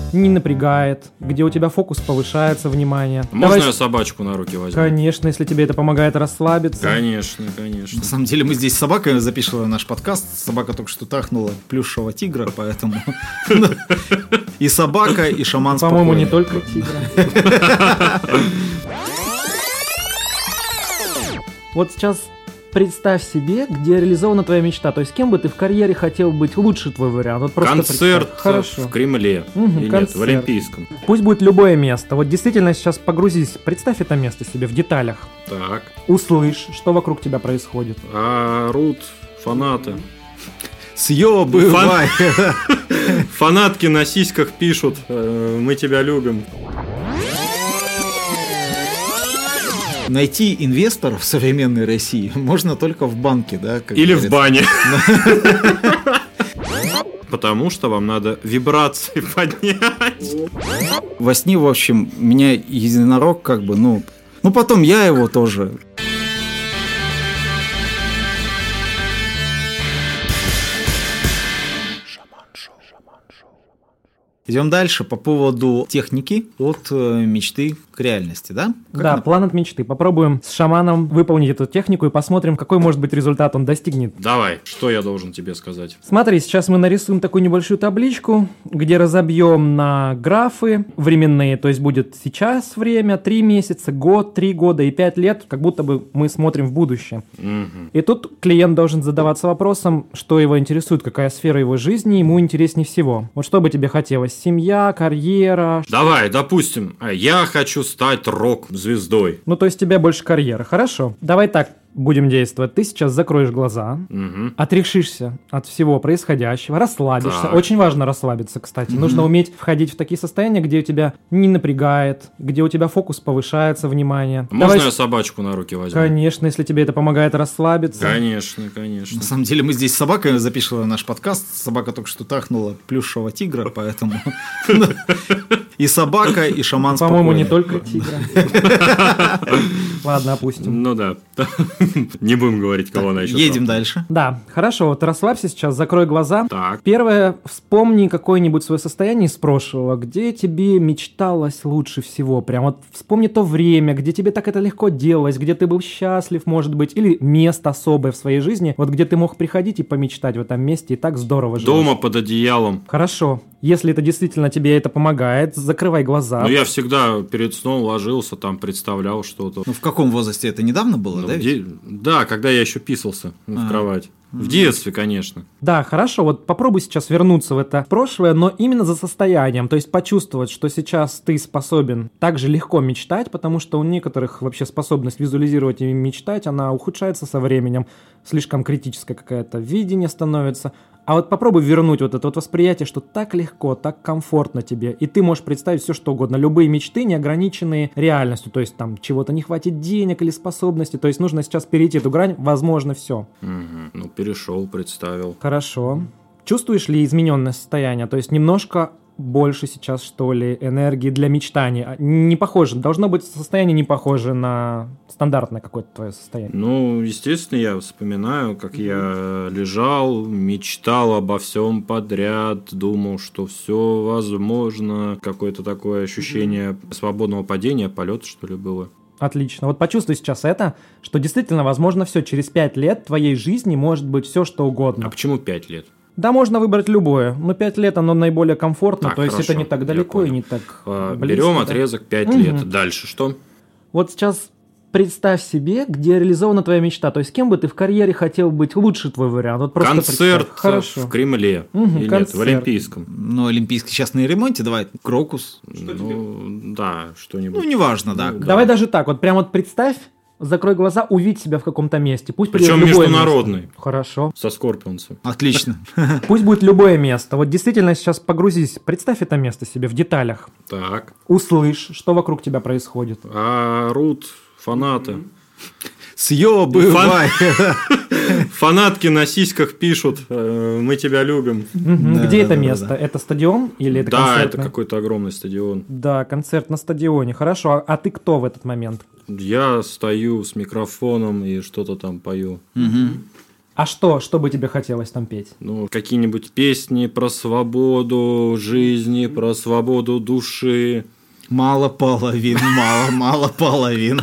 не напрягает, где у тебя фокус повышается, внимание. Можно я собачку на руки возьму? Конечно, если тебе это помогает расслабиться. Конечно, конечно. На самом деле мы здесь с собакой записываем наш подкаст. Собака только что трахнула плюшевого тигра, поэтому... И собака, и шаман спокойный. По-моему, не только тигра. Вот сейчас представь себе, где реализована твоя мечта. То есть кем бы ты в карьере хотел быть? Лучший твой вариант. Вот просто концерт в Кремле. Или нет, в Олимпийском. Пусть будет любое место. Вот действительно сейчас погрузись. Представь это место себе в деталях. Так. Услышь, что вокруг тебя происходит. Орут фанаты. Съёбывай! Фанатки на сиськах пишут: мы тебя любим. Найти инвесторов в современной России можно только в банке, да? Или в бане. Потому что вам надо вибрации поднять. Во сне, в общем, меня единорог потом я его тоже. Идем дальше по поводу техники от мечты к реальности, да? Да, план от мечты. Попробуем с шаманом выполнить эту технику и посмотрим, какой может быть результат он достигнет. Давай, что я должен тебе сказать? Смотри, сейчас мы нарисуем такую небольшую табличку, где разобьем на графы временные, то есть будет сейчас время, 3 месяца, год, 3 года и 5 лет, как будто бы мы смотрим в будущее. Угу. И тут клиент должен задаваться вопросом, что его интересует, какая сфера его жизни ему интереснее всего. Вот что бы тебе хотелось? Семья, карьера? Давай, допустим, я хочу стать рок-звездой. Ну, то есть тебе больше карьера. Хорошо. Давай так будем действовать. Ты сейчас закроешь глаза, отрешишься от всего происходящего, расслабишься. Так. Очень важно расслабиться, кстати. Нужно уметь входить в такие состояния, где у тебя не напрягает, где у тебя фокус повышается, внимание. Можно я собачку на руки возьму? Конечно, если тебе это помогает расслабиться. Конечно, конечно. На самом деле мы здесь с собакой записываем наш подкаст. Собака только что трахнула плюшевого тигра, поэтому... И собака, и шаман спокойный. По-моему, не только тигра. Ладно, опустим. Ну да. Не будем говорить, кого она еще. Едем дальше. Да, хорошо, вот расслабься сейчас, закрой глаза. Так. Первое, вспомни какое-нибудь свое состояние из прошлого, где тебе мечталось лучше всего. Прям вот вспомни то время, где тебе так это легко делалось, где ты был счастлив, может быть, или место особое в своей жизни, вот где ты мог приходить и помечтать в этом месте, и так здорово жить. Дома под одеялом. Хорошо. Если это действительно тебе это помогает, закрывай глаза. Ну, я всегда перед сном ложился, там представлял что-то. Ну, в каком возрасте это недавно было, да? Да, когда я еще писался в кровать. В детстве, конечно. Да, хорошо, вот попробуй сейчас вернуться в это прошлое, но именно за состоянием, то есть почувствовать, что сейчас ты способен так же легко мечтать, потому что у некоторых вообще способность визуализировать и мечтать, она ухудшается со временем, слишком критическое какое-то видение становится. А вот попробуй вернуть вот это вот восприятие, что так легко, так комфортно тебе, и ты можешь представить все, что угодно. Любые мечты, не ограниченные реальностью, то есть там чего-то не хватит денег или способностей, то есть нужно сейчас перейти эту грань, возможно, все. Ну, перешел, представил. Хорошо. Чувствуешь ли измененное состояние? То есть немножко больше сейчас, что ли, энергии для мечтаний? Не похоже, должно быть состояние не похоже на стандартное какое-то твое состояние. Ну, естественно, я вспоминаю, как я лежал, мечтал обо всем подряд, думал, что все возможно. Какое-то такое ощущение свободного падения, полета, что ли, было. Отлично. Вот почувствуй сейчас это, что действительно возможно все. Через 5 лет твоей жизни может быть все, что угодно. А почему 5 лет? Да, можно выбрать любое, но 5 лет оно наиболее комфортно, Так, то есть хорошо, это не так далеко и не так близко. Берем отрезок 5 лет. Дальше что? Вот сейчас представь себе, где реализована твоя мечта, то есть кем бы ты в карьере хотел быть, лучший твой вариант. Вот просто концерт Хорошо. в Кремле. Или нет, в Олимпийском. Ну, Олимпийский сейчас на ремонте, давай, Крокус. Да, что-нибудь. Ну, неважно, да. Давай даже так, вот прям вот представь, закрой глаза, увидь себя в каком-то месте. Пусть причем придет любое международный. место. Хорошо. Со Скорпионсом. Отлично. Пусть будет любое место. Вот действительно сейчас погрузись, представь это место себе в деталях. Так. Услышь, что вокруг тебя происходит. Орут фанаты. Съёбывай! Фанатки на сиськах пишут: мы тебя любим. Где это место? Это стадион или это концертный? Да, это какой-то огромный стадион. Да, концерт на стадионе. Хорошо. А ты кто в этот момент? Я стою с микрофоном и что-то там пою. А что бы тебе хотелось там петь? Ну, какие-нибудь песни про свободу жизни, про свободу души. Мало половин, мало половин.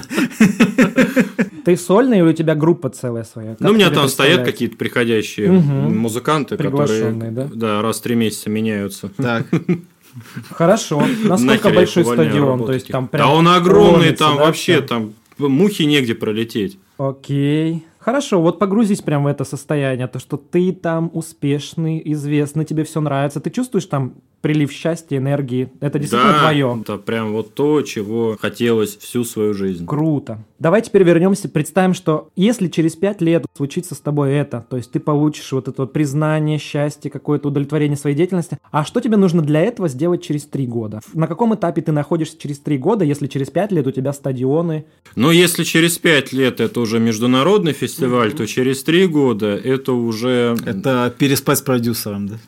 Ты сольный или у тебя группа целая своя? Как Ну, у меня тебе там стоят представляется? какие-то приходящие музыканты, Приглашенные, которые да? раз в 3 месяца меняются. Так, Хорошо. Насколько Нахер я большой их увольняю стадион? работать То есть их. там прям Да он огромный, ломится, там да, вообще, всё? там мухи негде пролететь. Окей. Хорошо, вот погрузись прямо в это состояние, то, что ты там успешный, известный, тебе все нравится. Ты чувствуешь там прилив счастья, энергии? Это действительно твое? Это прям вот то, чего хотелось всю свою жизнь. Круто. Давай теперь вернемся, представим, что если через 5 лет случится с тобой это, то есть ты получишь вот это вот признание, счастье, какое-то удовлетворение своей деятельности, а что тебе нужно для этого сделать через 3 года? На каком этапе ты находишься через 3 года, если через 5 лет у тебя стадионы? Но если через 5 лет это уже международный фестиваль, то через 3 года это уже... это переспать с продюсером, да?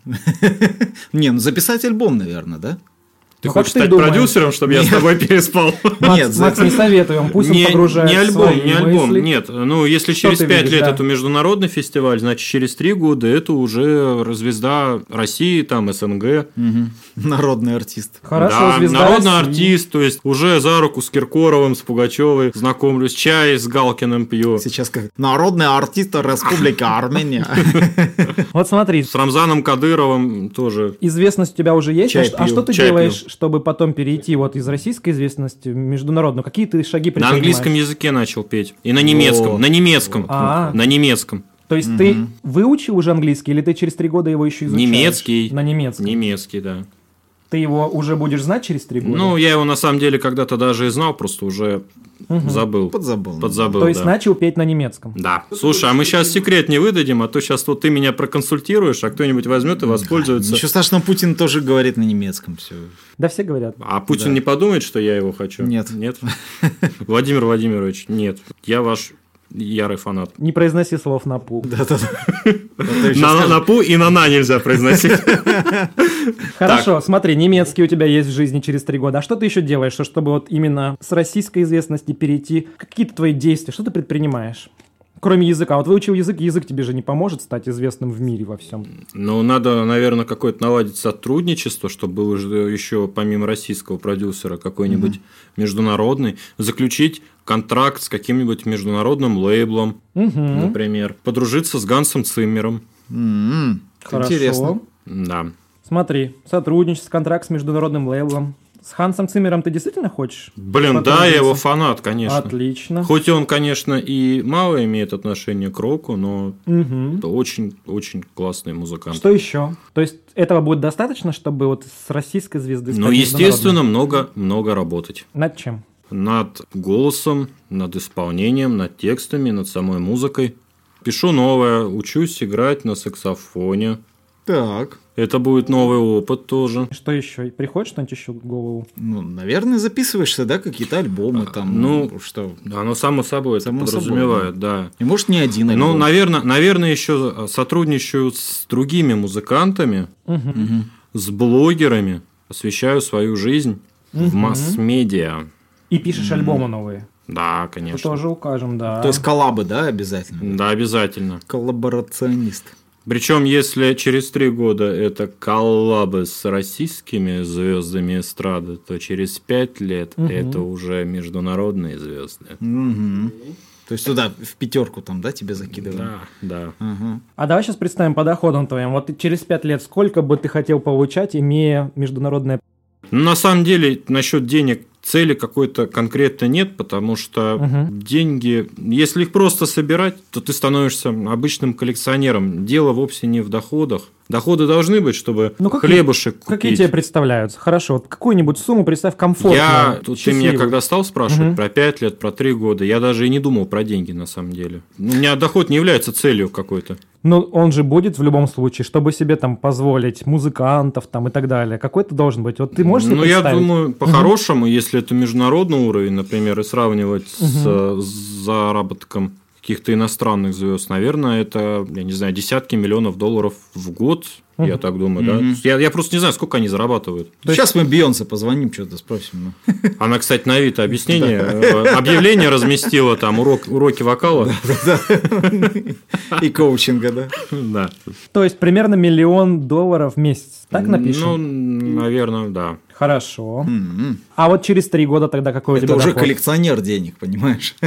Не, ну записать альбом, наверное, да? Ты Ну, как хочешь ты стать думаешь? продюсером, чтобы я с тобой переспал? Макс, не советуем, пусть он погружает не альбом, свои не альбом, мысли. нет. Ну, если Что через ты 5 видишь, лет да? это международный фестиваль, значит, через 3 года это уже звезда России, там, СНГ. Народный артист. Хорошо, Да, звезда народный России. артист, то есть уже за руку с Киркоровым, с Пугачевой знакомлюсь, чай с Галкиным пью. Сейчас как народный артист Республики Армения. Вот смотри, С Рамзаном Кадыровым тоже. известность у тебя уже есть, Чай а пью, что ты чай делаешь, пью. чтобы потом перейти вот из российской известности в международную? Какие ты шаги На предпринимаешь? английском языке начал петь. И на немецком. Вот. На немецком. А. На немецком. То есть ты выучил уже английский, или ты через 3 года его еще изучаешь? Немецкий. На немецком. Немецкий, да. Ты его уже будешь знать через 3 года? Ну, я его на самом деле когда-то даже и знал, просто уже забыл. Подзабыл. Подзабыл, То есть да. начал петь на немецком. Да. Слушай, а мы сейчас секрет не выдадим, а то сейчас вот ты меня проконсультируешь, а кто-нибудь возьмет и воспользуется. Ничего страшного, Путин тоже говорит на немецком все. Да все говорят. А Путин не подумает, что я его хочу? Нет. Нет? Владимир Владимирович, нет. Я ваш ярый фанат. Не произноси слов на пул. На пу и на нельзя произносить. Хорошо, смотри, немецкий у тебя есть в жизни через 3 года. А что ты еще делаешь, чтобы вот именно с российской известности перейти? Какие-то твои действия, что ты предпринимаешь? Кроме языка. Вот выучил язык, язык тебе же не поможет стать известным в мире во всем. Ну, надо, наверное, какое-то наладить сотрудничество, чтобы был уже еще помимо российского продюсера какой-нибудь международный, заключить контракт с каким-нибудь международным лейблом, например, подружиться с Гансом Циммером. Хорошо. Интересно. Да. Смотри, сотрудничество, контракт с международным лейблом. С Хансом Циммером ты действительно хочешь? Блин, да, подружиться? я его фанат, конечно. Отлично. Хоть он, конечно, и мало имеет отношение к року, но это очень-очень классный музыкант. Что еще? То есть этого будет достаточно, чтобы вот с российской звезды стать Ну, естественно, международной? много работать. Над чем? Над голосом, над исполнением, над текстами, над самой музыкой. Пишу новое, учусь играть на саксофоне. Так. Это будет новый опыт тоже. Что еще? Приходит что-нибудь еще в голову? Ну, наверное, записываешься, да, какие-то альбомы там. ну, что? Оно само собой это Само подразумевает, собой, да. И может не один альбом. Ну, наверное, еще сотрудничаю с другими музыкантами, с блогерами, освещаю свою жизнь в масс-медиа. И пишешь альбомы новые. Да, Это конечно. тоже укажем, да. То есть коллабы, да, обязательно? Да, обязательно. Коллаборационист. Причем, если через 3 года это коллабы с российскими звездами эстрады, то через 5 лет это уже международные звезды. То есть туда в 5 там, да, тебе закидывают? Да. А давай сейчас представим по доходам твоим. Вот ты через 5 лет сколько бы ты хотел получать, имея международное... Ну, на самом деле, насчет денег цели какой-то конкретно нет, потому что деньги, если их просто собирать, то ты становишься обычным коллекционером. Дело вовсе не в доходах. Доходы должны быть, чтобы хлебушек купить. Какие тебе представляются? Хорошо, вот какую-нибудь сумму представь комфортную, Ты меня когда стал спрашивать про 5 лет, про 3 года, я даже и не думал про деньги на самом деле. У меня доход не является целью какой-то. Ну, он же будет в любом случае, чтобы себе там позволить музыкантов там и так далее. Какой-то должен быть. Вот ты можешь себе я представить? думаю, по-хорошему, если это международный уровень, например, и сравнивать с заработком каких-то иностранных звезд, наверное, это, я не знаю, десятки миллионов долларов в год Я так думаю, да? Я просто не знаю, сколько они зарабатывают. Сейчас мы Бейонсе позвоним, что-то спросим. Она, кстати, на Авито объявление разместила, там уроки вокала. И коучинга, да? Да. То есть примерно $1 миллион в месяц. Так напишем? Ну, наверное, да. Хорошо. А вот через 3 года тогда какой у тебя Это уже доход? коллекционер денег, понимаешь?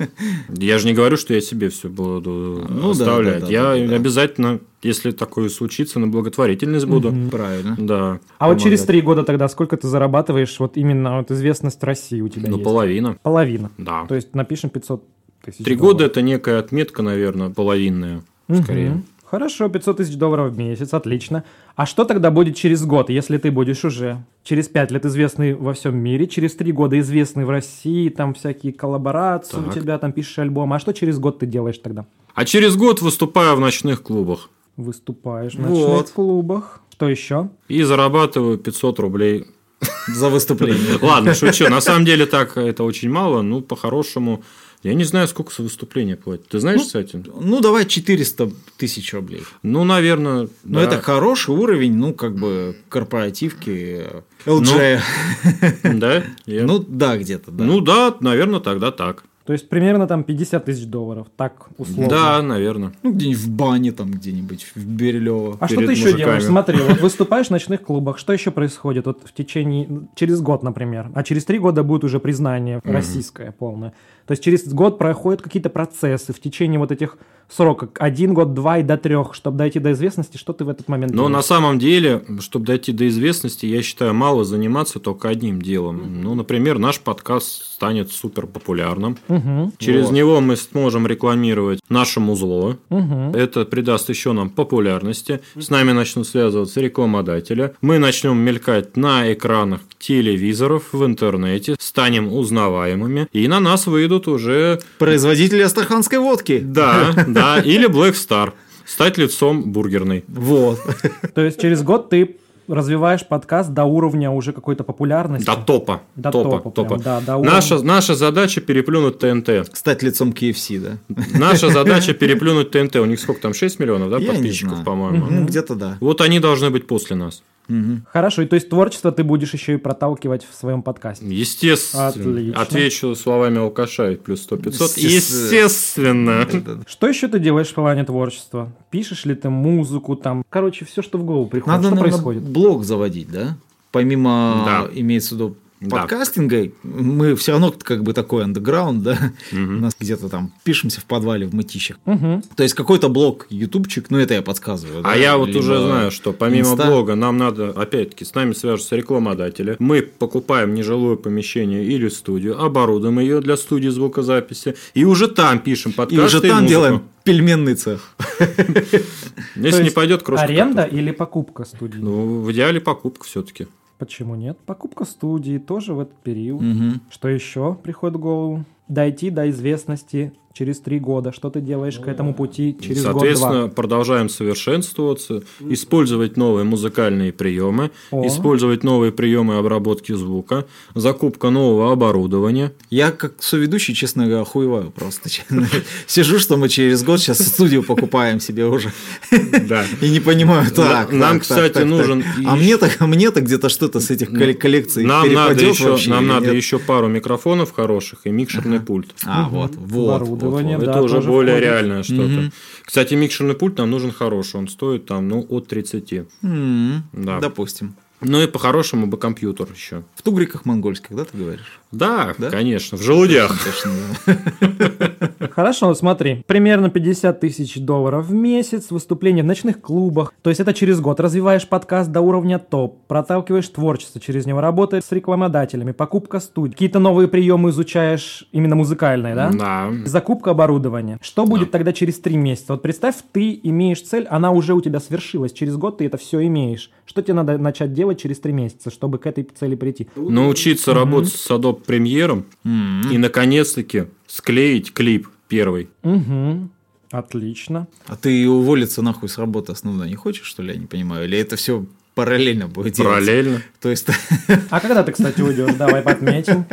Я же не говорю, что я себе все буду оставлять. Я обязательно, если такое случится, на благотворительность буду. Правильно. Да. А вот через 3 года тогда сколько ты зарабатываешь? Вот именно вот известность в России у тебя Ну, есть? половина. Половина. Да. То есть напишем 500 тысяч 3 года – это некая отметка, наверное, половинная, скорее. Хорошо, $500 тысяч в месяц, отлично. А что тогда будет через год, если ты будешь уже через 5 лет известный во всем мире, через 3 года известный в России, там всякие коллаборации у тебя, там пишешь альбом, а что через год ты делаешь тогда? А через год выступаю в ночных клубах. Выступаешь в ночных клубах. Что еще? И зарабатываю 500 рублей. За выступление. Ладно, шучу. На самом деле так это очень мало. Ну, по-хорошему, я не знаю, сколько за выступление платят. Ты знаешь, кстати? Ну, давай 400 тысяч рублей. Ну, наверное, Но это хороший уровень, ну, как бы, корпоративки LG. Да? Ну, да, где-то, да. Ну, да, наверное, тогда так. То есть примерно там $50 тысяч, так условно. Да, наверное. Ну, где-нибудь в бане, там где-нибудь, в Бирюлево. А что ты еще делаешь? Смотри, вот выступаешь в ночных клубах, что еще происходит? Вот в течение, через год, например, а через 3 года будет уже признание российское полное. То есть через год проходят какие-то процессы в течение вот этих сроков. 1 год, 2 и до 3, чтобы дойти до известности. Что ты в этот момент Но делаешь? на самом деле, чтобы дойти до известности, я считаю, мало заниматься только одним делом. Ну, например, наш подкаст станет супер популярным. Через него мы сможем рекламировать наше музло. Это придаст еще нам популярности. С нами начнут связываться рекламодатели. Мы начнем мелькать на экранах телевизоров, в интернете, станем узнаваемыми. И на нас выйдут уже... Производители астраханской водки. Да, или Black Star. Стать лицом бургерной. Вот. То есть через год ты развиваешь подкаст до уровня уже какой-то популярности. До топа. До топа. Прям, да, до наша задача переплюнуть ТНТ. Стать лицом KFC, да? Наша задача переплюнуть ТНТ. У них сколько там, 6 миллионов, да, Я подписчиков, по-моему? Ну, где-то да. Вот они должны быть после нас. Хорошо, и то есть творчество ты будешь еще и проталкивать в своем подкасте. Естественно. Отлично. Отвечу словами алкаша и плюс 100-500. Естественно. Что еще ты делаешь в плане творчества? Пишешь ли ты музыку там? Короче, все, что в голову приходит. Надо, что наверное, происходит? блог заводить, да? Помимо, имеется в виду, подкастинга, мы все равно как бы такой андеграунд, да, у нас где-то там пишемся в подвале в мытищах. То есть какой-то блог, ютубчик, ну это я подсказываю. А я вот уже знаю, что помимо блога нам надо, опять-таки, с нами свяжутся рекламодатели. Мы покупаем нежилое помещение или студию, оборудуем ее для студии звукозаписи, и уже там пишем подкасты. И уже там делаем пельменный цех. Если не пойдет крошка. Аренда или покупка студии? Ну, в идеале покупка все-таки. Почему нет? Покупка студии тоже в этот период. Что еще приходит в голову? Дойти до известности через 3 года. Что ты делаешь к этому пути через год-два? Соответственно, продолжаем совершенствоваться, использовать новые музыкальные приемы, использовать новые приемы обработки звука, закупка нового оборудования. Я как соведущий, честно говоря, охуеваю просто. Сижу, что мы через год сейчас студию покупаем себе уже. Да. И не понимаю, так. Нам, кстати, нужен... А мне-то где-то что-то с этих коллекций Нам надо вообще, еще пару микрофонов хороших и микшерный пульт. А, вот. Это уже более реальное что-то. Кстати, микшерный пульт нам нужен хороший. Он стоит там, от 30. Да. Допустим. Ну и по-хорошему бы компьютер еще. В тугриках монгольских, да, ты говоришь? Да, конечно, в желудях. Хорошо, смотри. Примерно $50 тысяч в месяц, выступление в ночных клубах. То есть это через год. Развиваешь подкаст до уровня топ, проталкиваешь творчество через него, работаешь с рекламодателями, покупка студий, какие-то новые приемы изучаешь, именно музыкальные, да? Да. Закупка оборудования. Что будет тогда через 3 месяца? Вот представь, ты имеешь цель, она уже у тебя свершилась. Через год ты это все имеешь. Что тебе надо начать делать через 3 месяца, чтобы к этой цели прийти? Научиться работать с Adobe Premiere и, наконец-таки, склеить клип первый. Отлично. А ты уволиться нахуй с работы основной не хочешь, что ли, я не понимаю? Или это все параллельно будет делать. Параллельно. То есть... А когда ты, кстати, уйдешь? Давай подметим.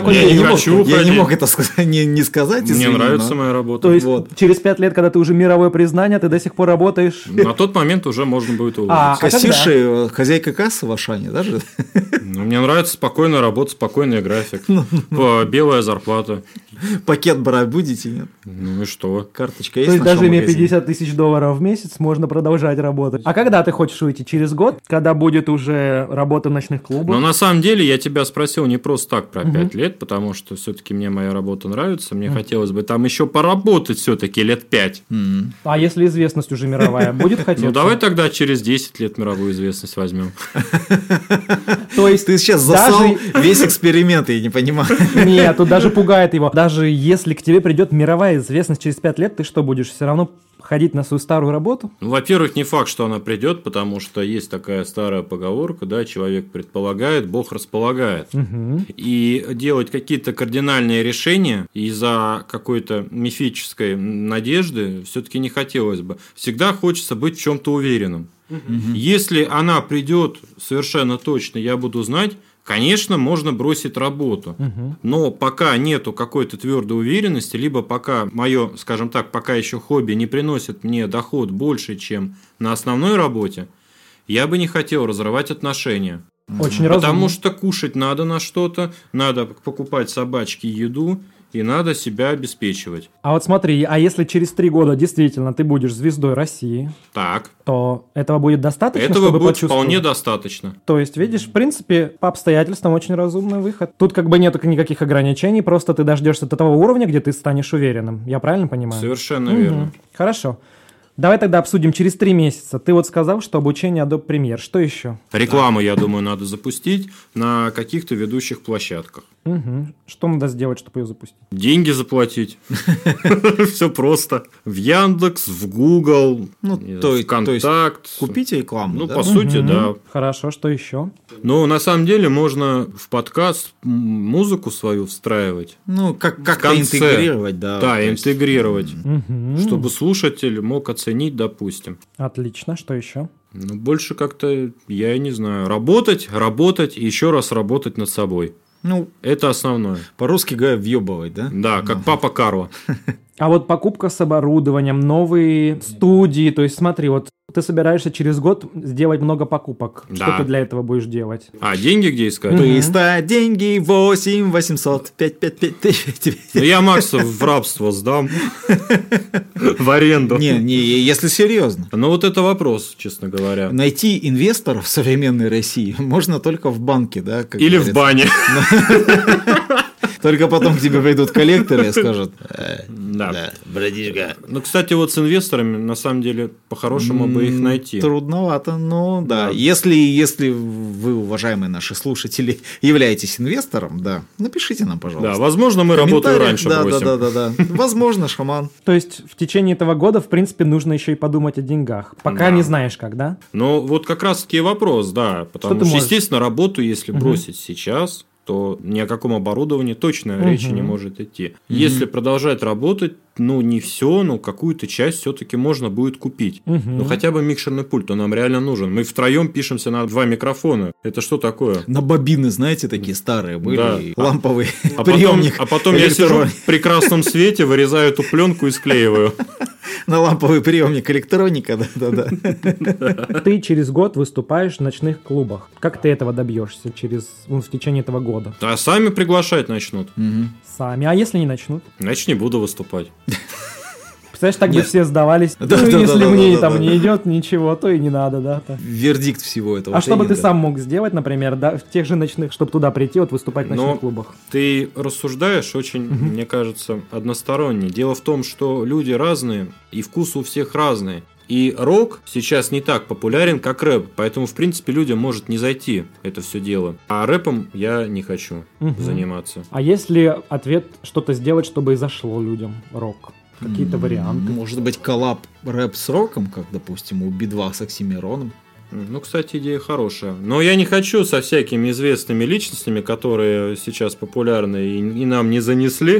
Я не мог это не сказать. Мне нравится моя работа. То есть через 5 лет, когда ты уже мировое признание, ты до сих пор работаешь... На тот момент уже можно будет уволиться. Кассирша, хозяйка кассы в Ашане, даже? Мне нравится спокойная работа, спокойный график. Белая зарплата. Пакет брать будете, нет? Ну и что? Карточка есть. То есть даже имея $50 тысяч в месяц, можно продолжать работать. А когда ты хочешь уйти? Через год? Когда будет уже работа в ночных клубах? Но на самом деле я тебя спросил не просто так про 5 лет, потому что все-таки мне моя работа нравится. Мне хотелось бы там еще поработать все-таки лет 5. А если известность уже мировая, будет хотеться? Ну давай тогда через 10 лет мировую известность возьмем. То есть ты сейчас засал весь эксперимент, я не понимаю. Нет, тут даже пугает его. Даже если к тебе придет мировая известность через 5 лет, ты что, будешь все равно ходить на свою старую работу? Ну, во-первых, не факт, что она придет, потому что есть такая старая поговорка, да, человек предполагает, Бог располагает. И делать какие-то кардинальные решения из-за какой-то мифической надежды все-таки не хотелось бы. Всегда хочется быть в чем-то уверенным. Если она придет совершенно точно, я буду знать, конечно, можно бросить работу, но пока нету какой-то твердой уверенности, либо пока мое, скажем так, пока еще хобби не приносит мне доход больше, чем на основной работе, я бы не хотел разрывать отношения. Очень разумно. Потому что кушать надо на что-то, надо покупать собачке еду, и надо себя обеспечивать. А вот смотри, а если через 3 года действительно ты будешь звездой России, так, то этого будет достаточно, этого чтобы будет почувствовать? Вполне достаточно. То есть, видишь, в принципе, по обстоятельствам очень разумный выход. Тут как бы нету никаких ограничений, просто ты дождешься до того уровня, где ты станешь уверенным. Я правильно понимаю? Совершенно верно. Хорошо. Давай тогда обсудим через 3 месяца. Ты вот сказал, что обучение Adobe Premiere. Что еще? Рекламу, я думаю, надо запустить на каких-то ведущих площадках. Что надо сделать, чтобы ее запустить? Деньги заплатить. Все просто. В Яндекс, в Google, в Контакт. Купить рекламу. Ну, по сути, да. Хорошо, что еще? Ну, на самом деле, можно в подкаст музыку свою встраивать. Ну, как-то интегрировать, да. Да, интегрировать. Чтобы слушатель мог оценить, допустим. Отлично, что еще? Ну, больше как-то, я и не знаю. Работать и еще раз работать над собой. Ну, это основное. По-русски говоря, въебывать, да? Да, как папа Карло. А вот покупка с оборудованием, новые студии, то есть смотри, вот ты собираешься через год сделать много покупок. Да. Что ты для этого будешь делать? А деньги где искать? Быстро деньги 8 800 555. Ну, я Макса в рабство сдам. В аренду. Не, если серьезно. Ну, вот это вопрос, честно говоря. Найти инвесторов в современной России можно только в банке, да? Или в бане. Только потом к тебе придут коллекторы и скажут: да, братишка. Ну, кстати, вот с инвесторами, на самом деле, по-хорошему бы их найти. Трудновато, но да. Если вы, уважаемые наши слушатели, являетесь инвестором, да, напишите нам, пожалуйста. Да, возможно, мы работу раньше бросим. Да. Возможно, шаман. То есть, в течение этого года, в принципе, нужно еще и подумать о деньгах. Пока не знаешь как, да? Ну, вот как раз-таки вопрос, да. Потому что, естественно, работу, если бросить сейчас, то ни о каком оборудовании точно речи не может идти. Если продолжать работать, ну, не все, но какую-то часть все-таки можно будет купить. Ну, хотя бы микшерный пульт, он нам реально нужен. Мы втроем пишемся на 2 микрофона. Это что такое? На бобины, знаете, такие старые были, да. Ламповый приемник. А потом я сижу в прекрасном свете, вырезаю эту пленку и склеиваю. На ламповый приемник электроника, да. Ты через год выступаешь в ночных клубах. Как ты этого добьешься в течение этого года? А сами приглашать начнут. Сами. А если не начнут? Значит, не буду выступать. Представляешь, так бы все сдавались. Если мне там не идет ничего, то и не надо, да. Вердикт всего этого. А что бы ты сам мог сделать, например, да, в тех же ночных, чтобы туда прийти, вот выступать в ночных клубах? Ты рассуждаешь очень, мне кажется, односторонне. Дело в том, что люди разные, и вкус у всех разный. И рок сейчас не так популярен, как рэп, поэтому, в принципе, людям может не зайти это все дело. А рэпом я не хочу заниматься. А если ответ что-то сделать, чтобы и зашло людям рок? Какие-то варианты? Может быть, коллаб рэп с роком, как, допустим, у Би-2 с Оксимироном? Ну, кстати, идея хорошая. Но я не хочу со всякими известными личностями, которые сейчас популярны и нам не занесли,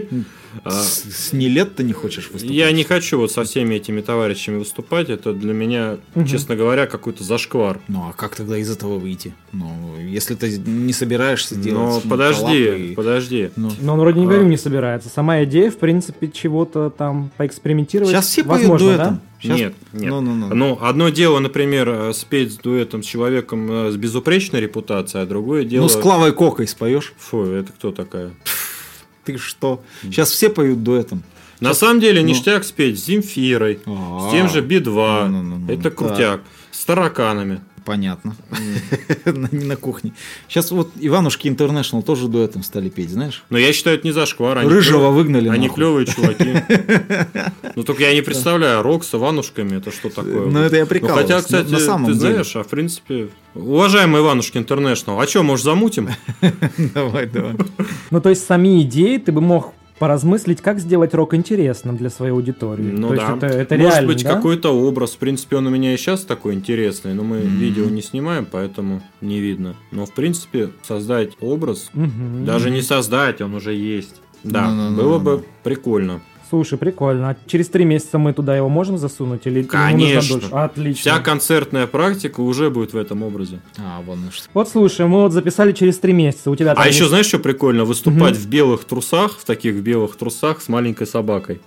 С Нилетто не хочешь выступать? Я не хочу вот со всеми этими товарищами выступать. Это для меня, честно говоря, какой-то зашквар. Ну, а как тогда из этого выйти? Ну, если ты не собираешься делать... Но подожди. Но он вроде не говорю, не собирается. Сама идея, в принципе, чего-то там поэкспериментировать. Сейчас все возможно, поют дуэтом. Да? Сейчас... Нет. Ну, одно дело, например, спеть с дуэтом с человеком с безупречной репутацией, а другое дело... Ну, с Клавой Кокой споешь? Фу, это кто такая? Ты что? Сейчас все поют дуэтом. На самом деле, ништяк спеть с Земфирой, с тем же Би-2. Это крутяк. С тараканами. Понятно. Не на кухне. Сейчас вот Иванушки Интернешнл тоже дуэтом стали петь, знаешь? Но я считаю, это не зашквар. Рыжего выгнали. Они клевые чуваки. Ну, только я не представляю, рок с Иванушками, это что такое? Ну, это я прикалываюсь. Хотя, кстати, ты знаешь, в принципе... Уважаемый Иванушки Интернешнл, а что, может, замутим? Давай. Ну, то есть, сами идеи ты бы мог поразмыслить, как сделать рок интересным для своей аудитории. Ну то да. Есть это может реально, быть, да? какой-то образ. В принципе, он у меня и сейчас такой интересный, но мы видео не снимаем, поэтому не видно. Но, в принципе, создать образ, даже не создать, он уже есть. Да, было бы прикольно. Слушай, прикольно. А через 3 месяца мы туда его можем засунуть? Или конечно. Нужно дольше? Отлично. Вся концертная практика уже будет в этом образе. Вон что. Вот слушай, мы вот записали через 3 месяца. У тебя А еще знаешь, что прикольно? Выступать в белых трусах, в таких белых трусах с маленькой собакой.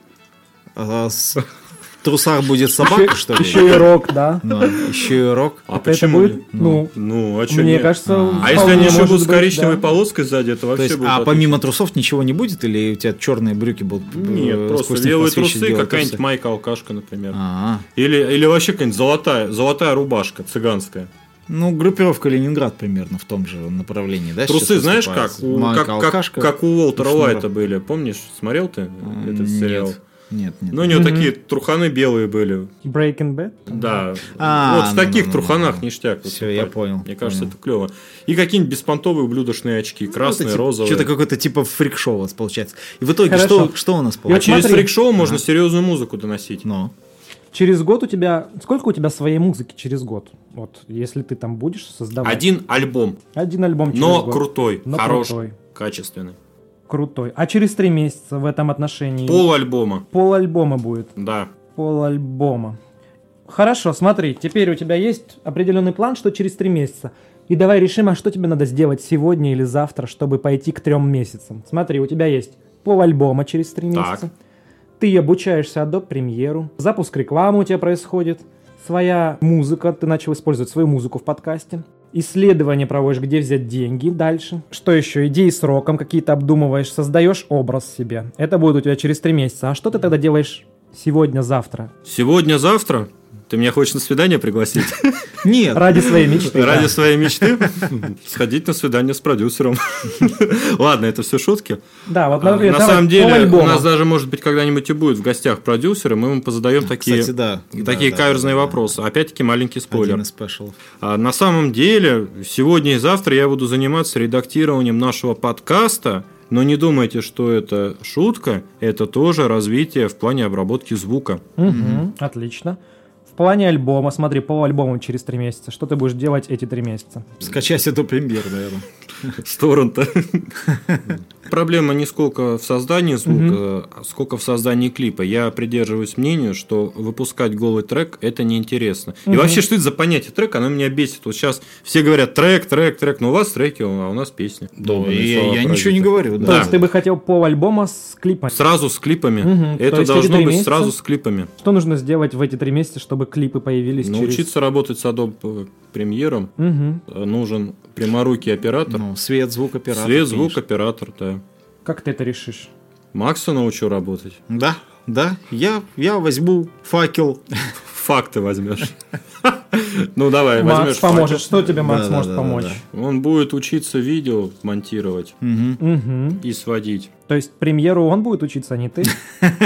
В трусах будет собака, что ли? Еще и рок, да? Еще и рок. А почему? Это будет, а что мне нет? кажется, А если они еще будут с быть, коричневой да. полоской сзади, это вообще То есть, будет а отлично. помимо трусов ничего не будет? Или у тебя черные брюки будут? Нет, просто сквозь них белые посвечивать трусы, белые какая-нибудь трусы? майка-алкашка, например. А-а. Или вообще какая-нибудь золотая рубашка цыганская. Ну, группировка Ленинград примерно в том же направлении, да? Трусы, знаешь, как у Уолтера шнура. Уайта были. Помнишь, смотрел ты этот сериал? Нет. Ну, у него такие труханы белые были. Breaking Bad? Да. Вот в таких труханах ништяк. Все, я понял. Мне кажется, это клево. И какие-нибудь беспонтовые ублюдочные очки. Красные, розовые. Что-то какое-то типа фрик-шоу у вас получается. И в итоге Хорошо. что у нас А получается? через смотри. фрик-шоу можно серьезную музыку доносить. Ну. Через год у тебя... Сколько у тебя своей музыки через год? Вот, если ты там будешь создавать. Один альбом. Один альбом через Но год. крутой, Но хороший, крутой. качественный. Крутой. А через 3 месяца в этом отношении... Пол-альбома. Пол-альбома будет. Да. Пол-альбома. Хорошо, смотри, теперь у тебя есть определенный план, что через 3 месяца. И давай решим, а что тебе надо сделать сегодня или завтра, чтобы пойти к 3 месяцам. Смотри, у тебя есть пол-альбома через 3 месяца. Ты обучаешься Adobe Premiere. Запуск рекламы у тебя происходит. Своя музыка, ты начал использовать свою музыку в подкасте. Исследования проводишь, где взять деньги дальше. Что еще? Идеи с роком какие-то обдумываешь, создаешь образ себе. Это будет у тебя через 3 месяца. А что ты тогда делаешь сегодня-завтра? Сегодня-завтра? Ты меня хочешь на свидание пригласить? Нет. Ради своей мечты. Ради своей мечты? Сходить на свидание с продюсером. Ладно, это все шутки. Да, вот на самом деле, у нас даже, может быть, когда-нибудь и будет в гостях продюсер, и мы ему позадаем такие каверзные вопросы. Опять-таки, маленький спойлер. На самом деле, сегодня и завтра я буду заниматься редактированием нашего подкаста. Но не думайте, что это шутка, это тоже развитие в плане обработки звука. Отлично. В плане альбома, смотри, пол-альбома через 3 месяца. Что ты будешь делать эти 3 месяца? Скачать эту премьер, наверное. С торрента. Проблема не сколько в создании звука, сколько в создании клипа. Я придерживаюсь мнению, что выпускать голый трек – это неинтересно. И вообще, что это за понятие трек, оно меня бесит. Вот сейчас все говорят трек, но у вас треки, а у нас песни. Я ничего не говорю. То есть ты бы хотел пол-альбома с клипами? Сразу с клипами. Это должно быть сразу с клипами. Что нужно сделать в эти 3 месяца, чтобы клипы появились? Научиться работать с Adobe Premiere. Нужен пряморукий оператор. Свет, звук, оператор. Свет, звук, оператор, да. Как ты это решишь? Макса научу работать. Да. Я возьму факел. Факты возьмешь. Ну, давай, возьмешь. Макс поможет. Что тебе Макс может помочь? Он будет учиться видео монтировать и сводить. То есть премьеру он будет учиться, а не ты?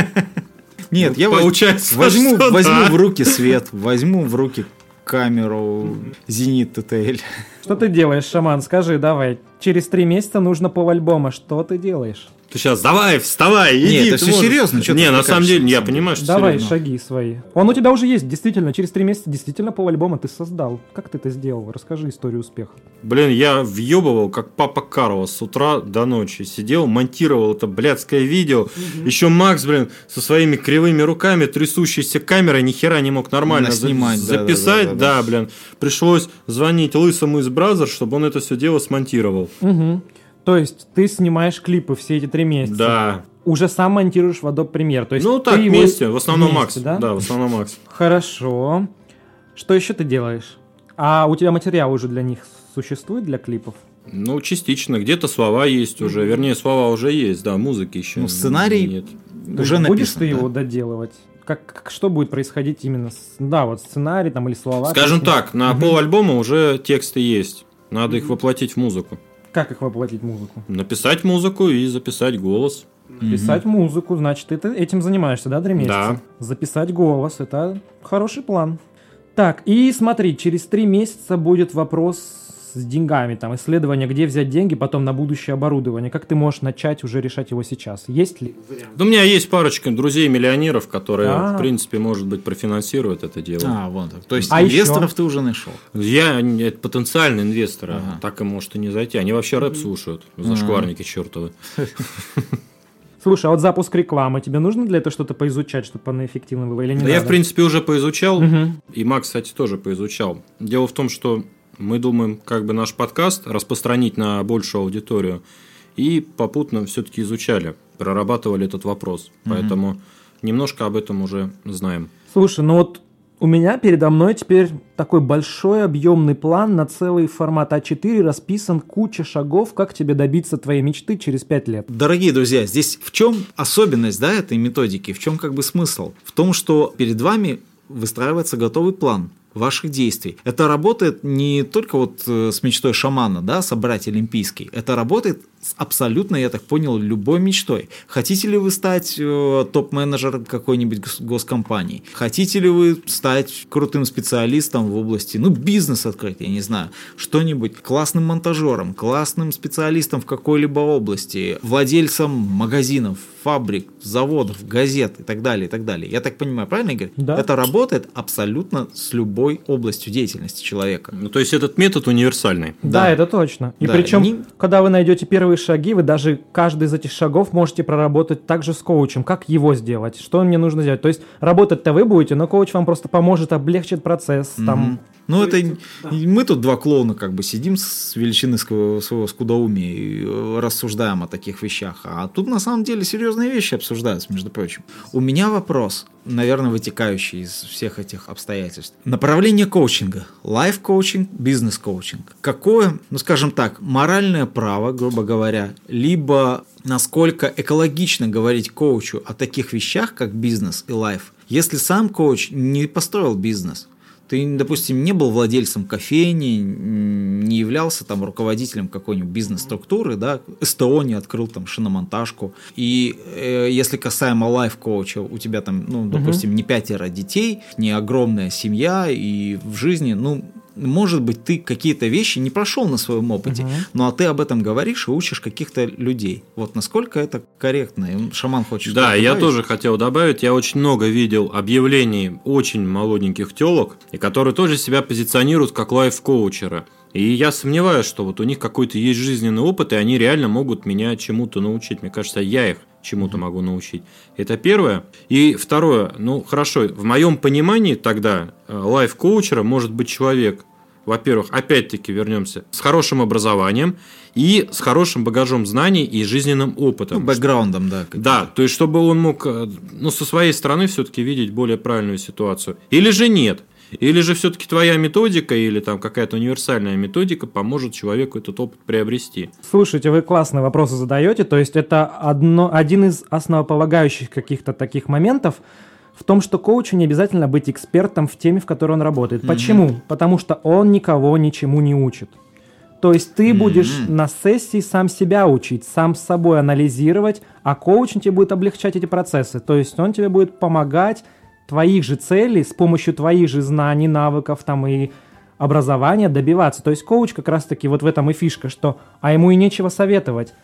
Нет, я возьму в руки свет, возьму в руки камеру Зенит ТТЛ. Что ты делаешь, Шаман? Скажи, давай. Через 3 месяца нужно пол-альбома. Что ты делаешь? Ты сейчас давай, вставай, иди. Нет, это все серьезно. Не, на самом деле, я понимаю, что давай, серьезно. шаги свои. Он у тебя уже есть, действительно. Через 3 месяца действительно полальбома ты создал. Как ты это сделал? Расскажи историю успеха. Блин, я въебывал, как папа Карло, с утра до ночи. Сидел, монтировал это блядское видео. Еще Макс, блин, со своими кривыми руками, трясущейся камерой, ни хера не мог нормально снимать, записать. Да, блин. Пришлось звонить Лысому из Бразер, чтобы он это все дело смонтировал. Угу. То есть ты снимаешь клипы все эти 3 месяца? Да. Уже сам монтируешь в Adobe Premiere? То есть ну так, вместе, в основном Макс. Да? Да, в основном Макс. Хорошо. Что еще ты делаешь? А у тебя материал уже для них существует, для клипов? Ну, частично. Где-то слова есть уже. Вернее, слова уже есть, да, музыки еще ну, сценарий нет. Уже написан. Будешь ты его доделывать? Что будет происходить именно вот сценарий там или слова? Скажем так, на пол-альбома уже тексты есть. Надо их воплотить в музыку. Как их воплотить в музыку? Написать музыку и записать голос. Писать музыку, значит, ты этим занимаешься, да, 3 месяца? Да. Записать голос, это хороший план. Так, и смотри, через 3 месяца будет вопрос с деньгами, там, исследование, где взять деньги потом на будущее оборудование. Как ты можешь начать уже решать его сейчас? Есть ли вариант? У меня есть парочка друзей-миллионеров, которые, в принципе, может быть, профинансируют это дело. Вот так. То есть инвесторов ты уже нашел? Это потенциальные инвесторы. Так и может и не зайти. Они вообще рэп слушают. Зашкварники чертовы. Слушай, а вот запуск рекламы, тебе нужно для этого что-то поизучать, чтобы она эффективно была или не надо? Я, в принципе, уже поизучал. И Макс, кстати, тоже поизучал. Дело в том, что мы думаем, как бы наш подкаст распространить на большую аудиторию. И попутно все-таки изучали, прорабатывали этот вопрос. Поэтому немножко об этом уже знаем. Слушай, ну вот у меня передо мной теперь такой большой объемный план на целый формат А4, расписан куча шагов, как тебе добиться твоей мечты через 5 лет. Дорогие друзья, здесь в чем особенность, да, этой методики, в чем как бы смысл? В том, что перед вами выстраивается готовый план ваших действий. Это работает не только вот с мечтой шамана, да, собрать олимпийский. Это работает с абсолютно, я так понял, любой мечтой. Хотите ли вы стать топ-менеджером какой-нибудь госкомпании? Хотите ли вы стать крутым специалистом в области, бизнес открыть, я не знаю, что-нибудь, классным монтажером, классным специалистом в какой-либо области, владельцем магазинов, фабрик, заводов, газет и так далее, и так далее. Я так понимаю, правильно, Игорь? Да. Это работает абсолютно с любой областью деятельности человека. Ну, то есть этот метод универсальный. Да, это точно. И причем, когда вы найдете первые шаги, вы даже каждый из этих шагов можете проработать также с коучем. Как его сделать? Что мне нужно сделать? То есть работать-то вы будете, но коуч вам просто поможет, облегчит процесс. Там. Ну, это мы тут 2 клоуна как бы сидим с величины своего скудоумия и рассуждаем о таких вещах. А тут на самом деле серьезные вещи обсуждаются, между прочим. У меня вопрос, наверное, вытекающий из всех этих обстоятельств. Направление коучинга. Лайф-коучинг, бизнес-коучинг. Какое, скажем так, моральное право, грубо говоря, либо насколько экологично говорить коучу о таких вещах, как бизнес и лайф, если сам коуч не построил бизнес? Ты, допустим, не был владельцем кофейни, не являлся там руководителем какой-нибудь бизнес-структуры, да, СТО не открыл там шиномонтажку. И если касаемо лайф-коуча, у тебя там, допустим, не 5 детей, не огромная семья, и в жизни, может быть, ты какие-то вещи не прошел на своем опыте, а ты об этом говоришь и учишь каких-то людей. Вот насколько это корректно? И шаман хочет Да, я добавить? тоже хотел добавить. Я очень много видел объявлений очень молоденьких телок, и которые тоже себя позиционируют как лайф-коучеры. И я сомневаюсь, что вот у них какой-то есть жизненный опыт, и они реально могут меня чему-то научить. Мне кажется, я их чему-то могу научить. Это первое. И второе. Хорошо, в моем понимании тогда лайф-коучером может быть человек, во-первых, опять-таки вернемся, с хорошим образованием и с хорошим багажом знаний и жизненным опытом. Бэкграундом, да. Да, то есть, чтобы он мог, со своей стороны все-таки видеть более правильную ситуацию. Или же нет. Или же все-таки твоя методика или там какая-то универсальная методика поможет человеку этот опыт приобрести. Слушайте, вы классные вопросы задаете. То есть это один из основополагающих каких-то таких моментов в том, что коучу не обязательно быть экспертом в теме, в которой он работает. Почему? Потому что он никого ничему не учит. То есть ты будешь на сессии сам себя учить, сам с собой анализировать, а коуч тебе будет облегчать эти процессы. То есть он тебе будет помогать твоих же целей с помощью твоих же знаний, навыков там, и образования добиваться. То есть коуч как раз-таки вот в этом и фишка, что ему и нечего советовать.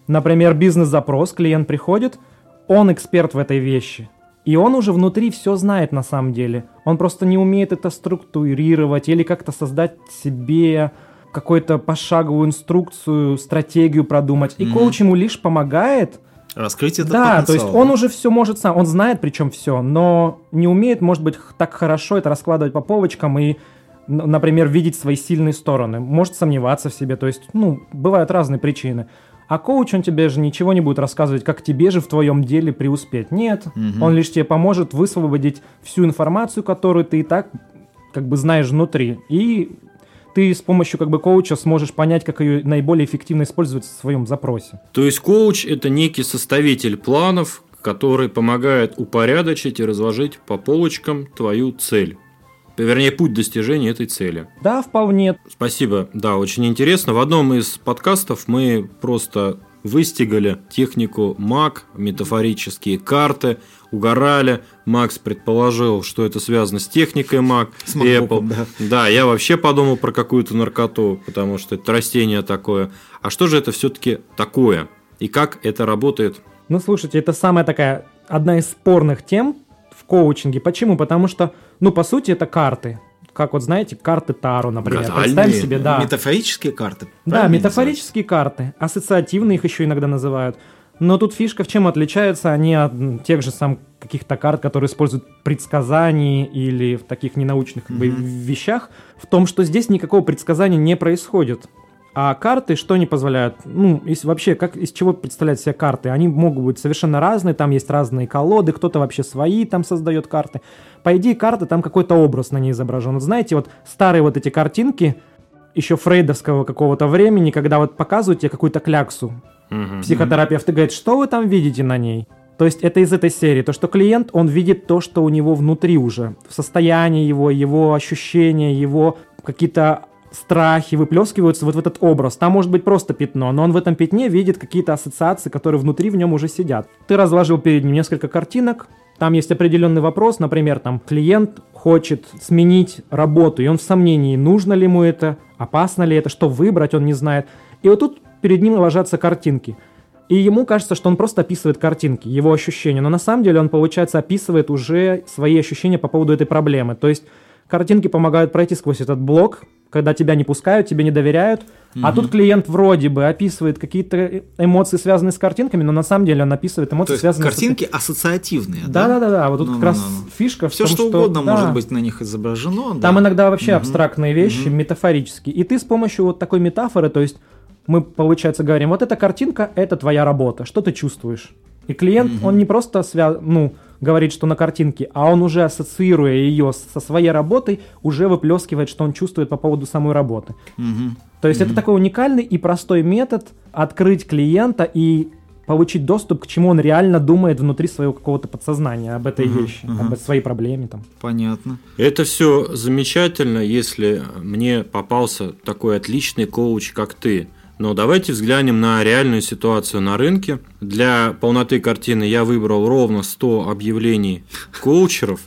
Например, бизнес-запрос, клиент приходит, он эксперт в этой вещи. И он уже внутри все знает на самом деле. Он просто не умеет это структурировать или как-то создать себе какую-то пошаговую инструкцию, стратегию продумать. И коуч ему лишь помогает раскрыть этот потенциал. потенциал. То есть он уже все может сам, он знает причем все, но не умеет, может быть, так хорошо это раскладывать по полочкам и, например, видеть свои сильные стороны. Может сомневаться в себе, то есть, бывают разные причины. А коуч, он тебе же ничего не будет рассказывать, как тебе же в твоем деле преуспеть. Нет, он лишь тебе поможет высвободить всю информацию, которую ты и так как бы знаешь внутри. И ты с помощью как бы коуча сможешь понять, как ее наиболее эффективно использовать в своем запросе. То есть коуч – это некий составитель планов, который помогает упорядочить и разложить по полочкам твою цель. Вернее, путь достижения этой цели. Да, вполне. Спасибо. Да, очень интересно. В одном из подкастов мы просто выстигали технику МАК, метафорические карты, угорали. Макс предположил, что это связано с техникой МАК. С MacBook'ом, да. Да, я вообще подумал про какую-то наркоту, потому что это растение такое. А что же это все-таки такое? И как это работает? Слушайте, это самая такая, одна из спорных тем в коучинге. Почему? Потому что, по сути, это карты. Как знаете, карты Таро, например. Представим себе, да. Метафорические карты. Да, метафорические карты. Ассоциативные их еще иногда называют. Но тут фишка в чем отличаются они от тех же самых каких-то карт, которые используют предсказания или в таких ненаучных вещах, в том, что здесь никакого предсказания не происходит. А карты что не позволяют? Вообще, из чего представляют себе карты? Они могут быть совершенно разные, там есть разные колоды, кто-то вообще свои там создает карты. По идее, карты, там какой-то образ на ней изображен. Знаете, старые эти картинки, еще фрейдовского какого-то времени, когда показывают тебе какую-то кляксу, психотерапевт говорит, что вы там видите на ней? То есть это из этой серии. То, что клиент, он видит то, что у него внутри уже, в состоянии его ощущения, его какие-то страхи выплескиваются в этот образ. Там может быть просто пятно, но он в этом пятне видит какие-то ассоциации, которые внутри в нем уже сидят. Ты разложил перед ним несколько картинок, там есть определенный вопрос, например, клиент хочет сменить работу, и он в сомнении, нужно ли ему это, опасно ли это, что выбрать, он не знает. И тут перед ним ложатся картинки. И ему кажется, что он просто описывает картинки, его ощущения, но на самом деле он, получается, описывает уже свои ощущения по поводу этой проблемы. То есть картинки помогают пройти сквозь этот блок, когда тебя не пускают, тебе не доверяют, а тут клиент вроде бы описывает какие-то эмоции, связанные с картинками, но на самом деле он описывает эмоции, связанные с... картинки ассоциативные, да? Да. Вот тут как раз фишка все, в том, что угодно может быть на них изображено. Там иногда вообще абстрактные вещи, метафорические. И ты с помощью такой метафоры, то есть мы, получается, говорим, эта картинка, это твоя работа, что ты чувствуешь? И клиент, он не просто говорит, что на картинке, а он уже, ассоциируя ее со своей работой, уже выплескивает, что он чувствует по поводу самой работы. То есть это такой уникальный и простой метод открыть клиента и получить доступ к чему он реально думает внутри своего какого-то подсознания об этой вещи, об своей проблеме. Понятно. Это все замечательно, если мне попался такой отличный коуч, как ты. Но давайте взглянем на реальную ситуацию на рынке. Для полноты картины я выбрал ровно 100 объявлений коучеров.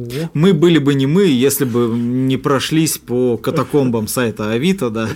Мы были бы не мы, если бы не прошлись по катакомбам сайта Авито, да.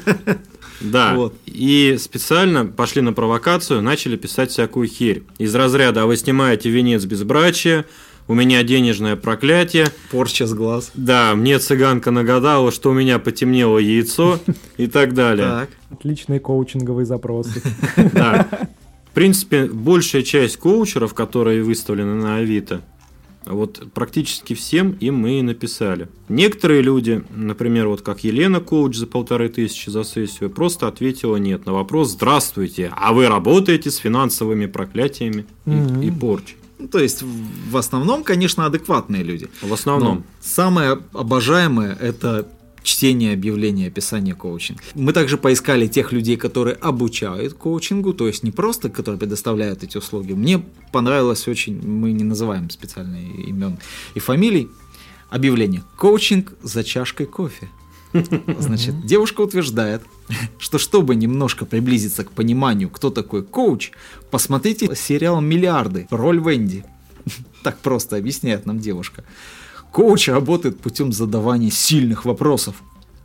Да, и специально пошли на провокацию, начали писать всякую херь. Из разряда: а вы снимаете венец безбрачия, у меня денежное проклятие. Порча с глаз. Да, мне цыганка нагадала, что у меня потемнело яйцо и так далее. Так. Отличные коучинговые запросы. Да. В принципе, большая часть коучеров, которые выставлены на Авито, практически всем им мы и написали. Некоторые люди, например, как Елена, коуч за 1500 за сессию, просто ответила нет на вопрос: здравствуйте, а вы работаете с финансовыми проклятиями и порчей? То есть, в основном, конечно, адекватные люди. В основном. Но самое обожаемое – это чтение объявления, описания коучинга. Мы также поискали тех людей, которые обучают коучингу, то есть не просто, которые предоставляют эти услуги. Мне понравилось очень, мы не называем специальные имен и фамилий, объявление: коучинг за чашкой кофе. Значит, девушка утверждает, что чтобы немножко приблизиться к пониманию, кто такой коуч, посмотрите сериал «Миллиарды. Роль Венди». Так просто объясняет нам девушка. Коуч работает путем задавания сильных вопросов.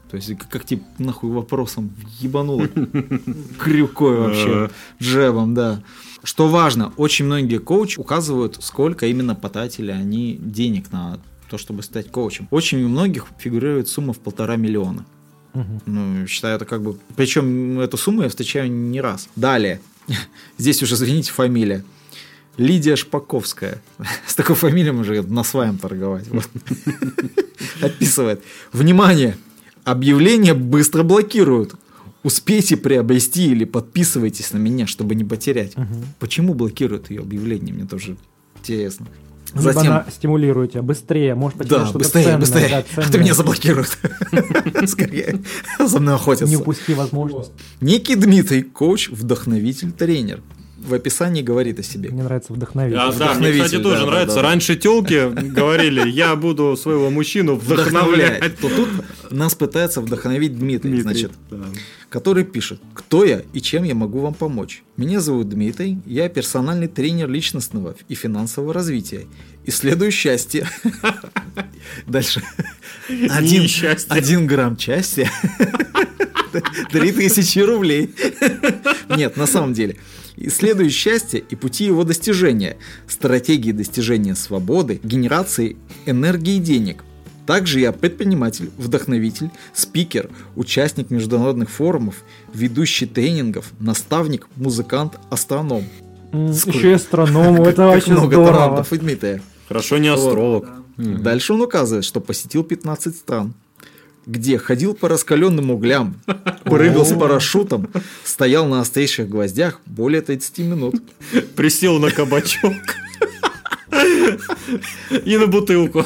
То есть, как тебе нахуй вопросом ебануло крюкой вообще, джебом, да. Что важно, очень многие коучи указывают, сколько именно потратили они денег на то, чтобы стать коучем. Очень у многих фигурирует сумма в 1,5 миллиона. Ну, считаю, это как бы... Причем эту сумму я встречаю не раз. Далее. Здесь уже, извините, фамилия. Лидия Шпаковская. С такой фамилией можно на своем торговать. Отписывает. Внимание! Объявления быстро блокируют. Успейте приобрести или подписывайтесь на меня, чтобы не потерять. Почему блокируют ее объявление? Мне тоже интересно. Затем... она стимулирует тебя быстрее, может потерять что-то быстрее. А то меня заблокируют. Скорее. За мной охотятся. Не упусти возможность. Некий Дмитрий, коуч, вдохновитель, тренер. В описании говорит о себе. Мне нравится вдохновитель. Да, мне, кстати, тоже нравится. Да. Раньше тёлки говорили, я буду своего мужчину вдохновлять. То тут нас пытается вдохновить Дмитрий, значит, который пишет: кто я и чем я могу вам помочь? Меня зовут Дмитрий, я персональный тренер личностного и финансового развития. Исследую счастье. Дальше. 1 грамм счастья. 3000 рублей. Нет, на самом деле. Исследую счастье и пути его достижения, стратегии достижения свободы, генерации энергии и денег. Также я предприниматель, вдохновитель, спикер, участник международных форумов, ведущий тренингов, наставник, музыкант, астроном. Еще и астроном, это вообще много здорово. талантов у Дмитрия. Хорошо, не астролог. Дальше он указывает, что посетил 15 стран, где ходил по раскаленным углям, прыгал с парашютом, стоял на острейших гвоздях более 30 минут. Присел на кабачок и на бутылку.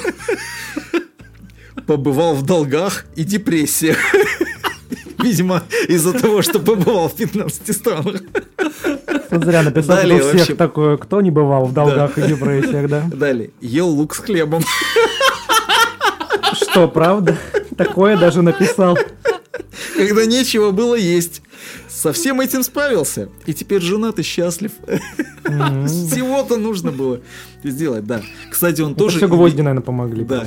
Побывал в долгах и депрессиях. Видимо, из-за того, что побывал в 15 странах. Зря написал, что у всех такое, кто не бывал в долгах и депрессиях, да? Далее. Ел лук с хлебом. Что, правда? Такое даже написал. Когда нечего было есть. Со всем этим справился. И теперь женат и счастлив. Всего-то нужно было сделать, да. Кстати, он тоже... Все гвозди, наверное, помогли. Да.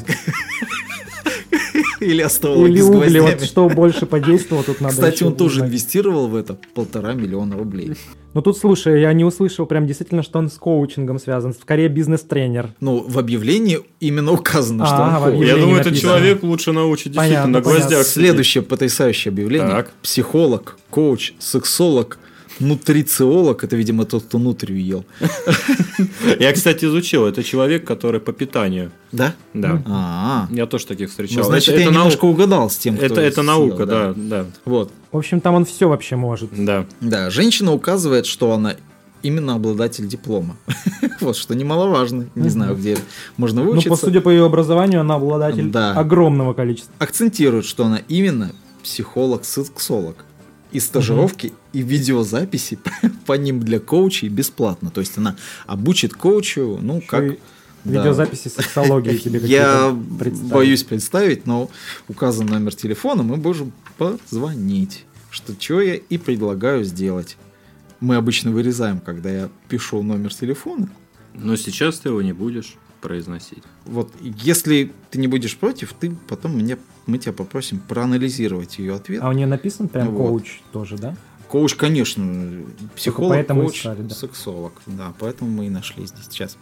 Или астрологи или с угли, гвоздями. вот что больше подействовало, тут надо. Кстати, он тоже инвестировал в это 1,5 миллиона рублей. Ну тут, слушай, я не услышал прям действительно, что он с коучингом связан, скорее бизнес-тренер. Ну, в объявлении именно указано, что он коуч. Я думаю, этот человек лучше научит действительно на гвоздях. Следующее потрясающее объявление. Так. Психолог, коуч, сексолог, нутрициолог, это, видимо, тот, кто нутрию ел. Я, кстати, изучил. Это человек, который по питанию. Да? Да. Я тоже таких встречал. Ну, значит, я немножко угадал с тем, кто это наука, да. Вот. В общем, там он все вообще может. Да. Да, женщина указывает, что она именно обладатель диплома. Вот, что немаловажно. Не знаю, где можно выучиться. Ну, судя по ее образованию, она обладатель огромного количества. Акцентирует, что она именно психолог-сексолог. И стажировки, и видеозаписи по ним для коучей бесплатно. То есть она обучит коучу, ну, как... Видеозаписи сексологии тебе какие-то Я боюсь представить, но указан номер телефона, мы можем позвонить. Что я и предлагаю сделать. Мы обычно вырезаем, когда я пишу номер телефона. Но сейчас ты его не будешь произносить. Вот, если ты не будешь против, ты потом мы тебя попросим проанализировать ее ответ. А у нее написан прям коуч тоже, да? Коуч, конечно, психолог, коуч, искали, да. сексолог. Да, поэтому мы и нашли здесь. Сейчас.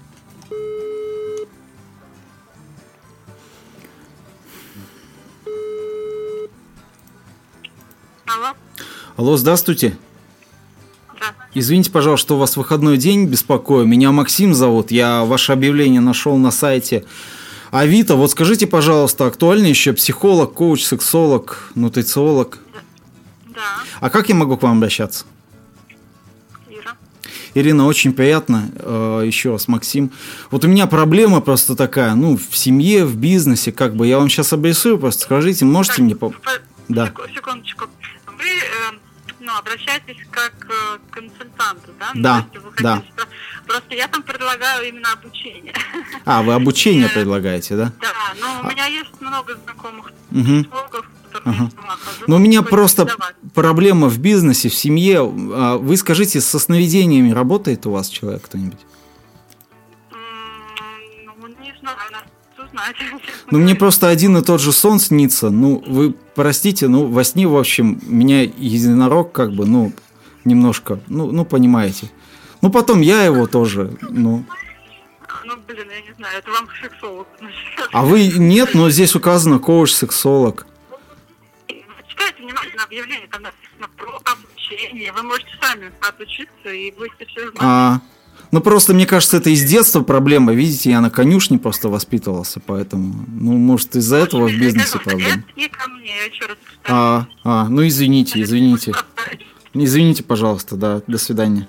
Алло, здравствуйте. Извините, пожалуйста, что у вас выходной день, беспокою. Меня Максим зовут. Я ваше объявление нашел на сайте Авито. Вот скажите, пожалуйста, актуальный еще психолог, коуч, сексолог, нутрициолог? Да. А как я могу к вам обращаться? Ира. Ирина, очень приятно. Еще раз, Максим. Вот у меня проблема просто такая, ну, в семье, в бизнесе, как бы. Я вам сейчас обрисую, просто скажите, можете мне... Да. Секундочку. Вы обращайтесь как к консультанту, да? Да, да. Просто я там предлагаю именно обучение. А, вы обучение предлагаете, да? Да, но у меня есть много знакомых психологов, которых я сама хожу. Но у меня просто проблема в бизнесе, в семье. Вы скажите, со сновидениями работает у вас человек кто-нибудь? Ну, не знаю, знать. Ну, мне просто один и тот же сон снится. Ну, вы простите, ну, во сне, в общем, меня единорог как бы, ну, немножко, ну, понимаете. Ну, потом я его тоже, ну... Ну, блин, я не знаю, это вам сексолог. А вы нет, но здесь указано коуч-сексолог. Читайте внимательно объявление, там написано про обучение. Вы можете сами отучиться и будете все знать. Ну, просто, мне кажется, это из детства проблема. Видите, я на конюшне просто воспитывался, поэтому... Ну, может, из-за этого в бизнесе проблема. Это не ко мне, я еще раз повторяю. Ну, извините. Извините, пожалуйста, да, до свидания.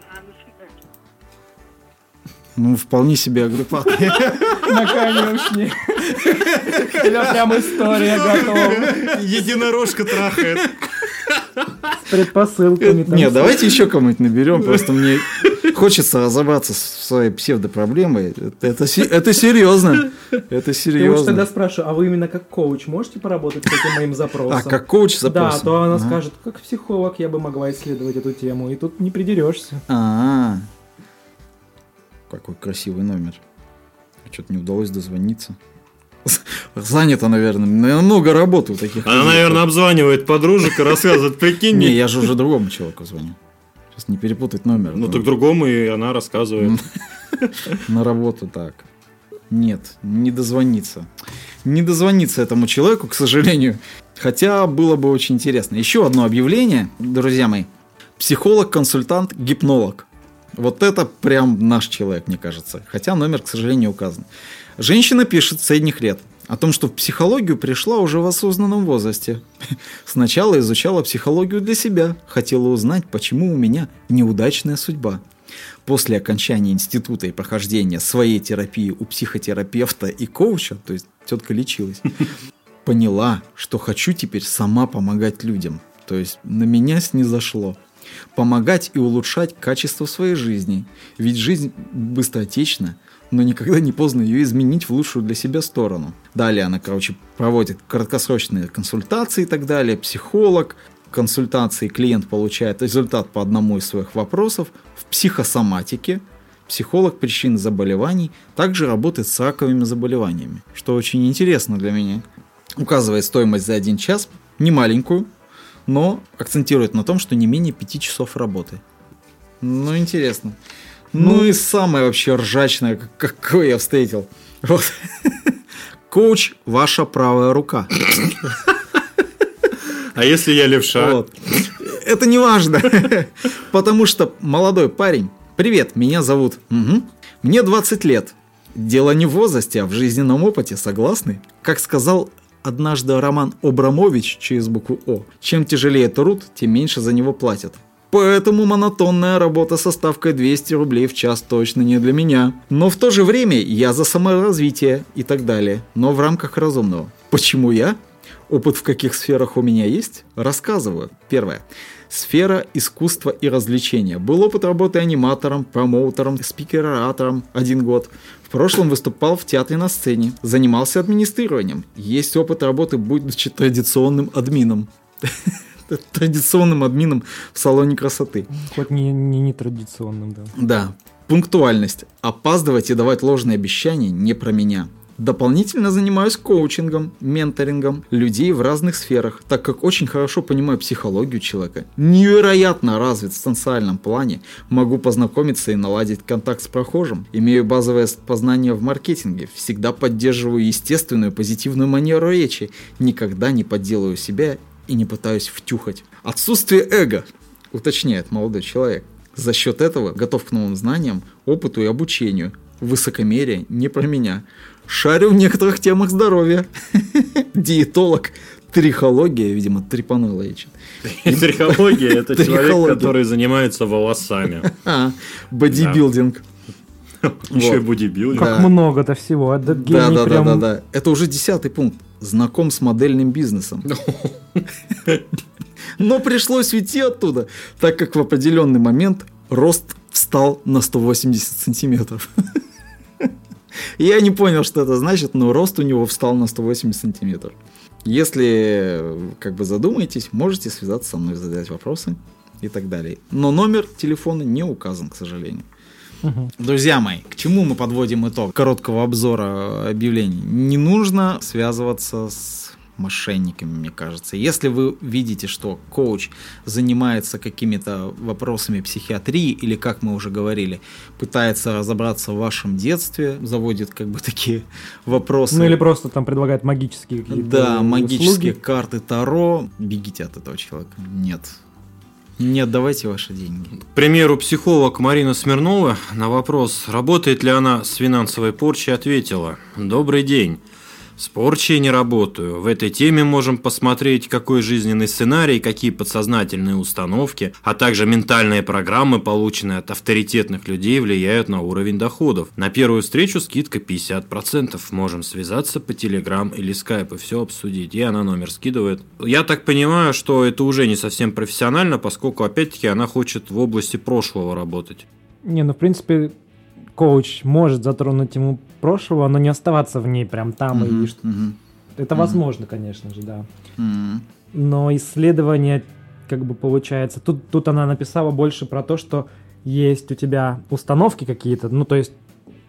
Ну, вполне себе агруппатный. На конюшне. Прям история готова. Единорожка трахает. С предпосылками. Нет, давайте еще кому-нибудь наберем. Просто мне хочется разобраться с своей псевдопроблемой. Это серьезно. Это серьезно. Я уж тогда спрашиваю, а вы именно как коуч можете поработать с этим моим запросом? Как коуч с запросом? Да, то она скажет, как психолог я бы могла исследовать эту тему. И тут не придерешься. Какой красивый номер. Что-то не удалось дозвониться. Занято, наверное. Много работы у таких людей. Она, наверное, обзванивает подружек и рассказывает, прикинь. Не, я же уже другому человеку звоню. Сейчас не перепутать номер. Ну, так другому, и она рассказывает. На работу так. Нет, не дозвониться. Не дозвониться этому человеку, к сожалению. Хотя было бы очень интересно. Еще одно объявление, друзья мои. Психолог, консультант, гипнолог. Вот это прям наш человек, мне кажется. Хотя номер, к сожалению, не указан. Женщина пишет средних лет о том, что в психологию пришла уже в осознанном возрасте. Сначала изучала психологию для себя. Хотела узнать, почему у меня неудачная судьба. После окончания института и прохождения своей терапии у психотерапевта и коуча, то есть тетка лечилась, поняла, что хочу теперь сама помогать людям. То есть на меня снизошло. Помогать и улучшать качество своей жизни. Ведь жизнь быстротечна, но никогда не поздно ее изменить в лучшую для себя сторону. Далее она, проводит краткосрочные консультации и так далее. Психолог, консультации клиент получает результат по одному из своих вопросов. В психосоматике психолог причин заболеваний также работает с раковыми заболеваниями, что очень интересно для меня. Указывает стоимость за 1 час, не маленькую, но акцентирует на том, что не менее 5 часов работы. Ну, интересно. Ну и самое вообще ржачное, какое я встретил. Вот. Коуч – ваша правая рука. А если я левша? Вот. Это не важно. Потому что молодой парень. Привет, меня зовут. Мне 20 лет. Дело не в возрасте, а в жизненном опыте, согласны? Как сказал однажды Роман Абрамович через букву О. Чем тяжелее труд, тем меньше за него платят. Поэтому монотонная работа со ставкой 200 рублей в час точно не для меня. Но в то же время я за саморазвитие и так далее. Но в рамках разумного. Почему я? Опыт в каких сферах у меня есть? Рассказываю. Первое. Сфера искусства и развлечения. Был опыт работы аниматором, промоутером, спикер-оратором 1 год. В прошлом выступал в театре на сцене. Занимался администрированием. Есть опыт работы, будучи традиционным админом. Традиционным админом в салоне красоты. Хоть не традиционным, да. Да. Пунктуальность. Опаздывать и давать ложные обещания не про меня. Дополнительно занимаюсь коучингом, менторингом людей в разных сферах, так как очень хорошо понимаю психологию человека. Невероятно развит в социальном плане, могу познакомиться и наладить контакт с прохожим. Имею базовое познание в маркетинге, всегда поддерживаю естественную позитивную манеру речи, никогда не подделываю себя и не пытаюсь втюхать. Отсутствие эго, уточняет молодой человек. За счет этого готов к новым знаниям, опыту и обучению. Высокомерие не про меня. Шарю в некоторых темах здоровья. Диетолог, трихология, видимо, трипаной лечит. Трихология – это человек, который занимается волосами. Бодибилдинг. Еще и бодибилдинг. Как много-то всего. Да. Это уже 10-й пункт. Знаком с модельным бизнесом. Но пришлось уйти оттуда, так как в определенный момент рост встал на 180 сантиметров. Я не понял, что это значит, но рост у него встал на 180 сантиметров. Если задумаетесь, можете связаться со мной, задать вопросы и так далее. Но номер телефона не указан, к сожалению. Друзья мои, к чему мы подводим итог короткого обзора объявлений? Не нужно связываться с мошенниками, мне кажется. Если вы видите, что коуч занимается какими-то вопросами психиатрии или, как мы уже говорили, пытается разобраться в вашем детстве, заводит как бы такие вопросы. Ну или просто там предлагает магические какие-то Да, магические услуги. карты Таро. Бегите от этого человека. Нет. Не отдавайте ваши деньги. К примеру, психолог Марина Смирнова на вопрос, работает ли она с финансовой порчей, ответила: «Добрый день. С порчей не работаю. В этой теме можем посмотреть, какой жизненный сценарий, какие подсознательные установки, а также ментальные программы, полученные от авторитетных людей, влияют на уровень доходов. На первую встречу скидка 50%. Можем связаться по Telegram или Skype и все обсудить». И она номер скидывает. Я так понимаю, что это уже не совсем профессионально, поскольку, опять-таки, она хочет в области прошлого работать. Не, ну в принципе коуч может затронуть тему прошлого, но не оставаться в ней прям там. Это возможно, конечно же, да. Но исследование, как бы получается, тут она написала больше про то, что есть у тебя установки какие-то, ну то есть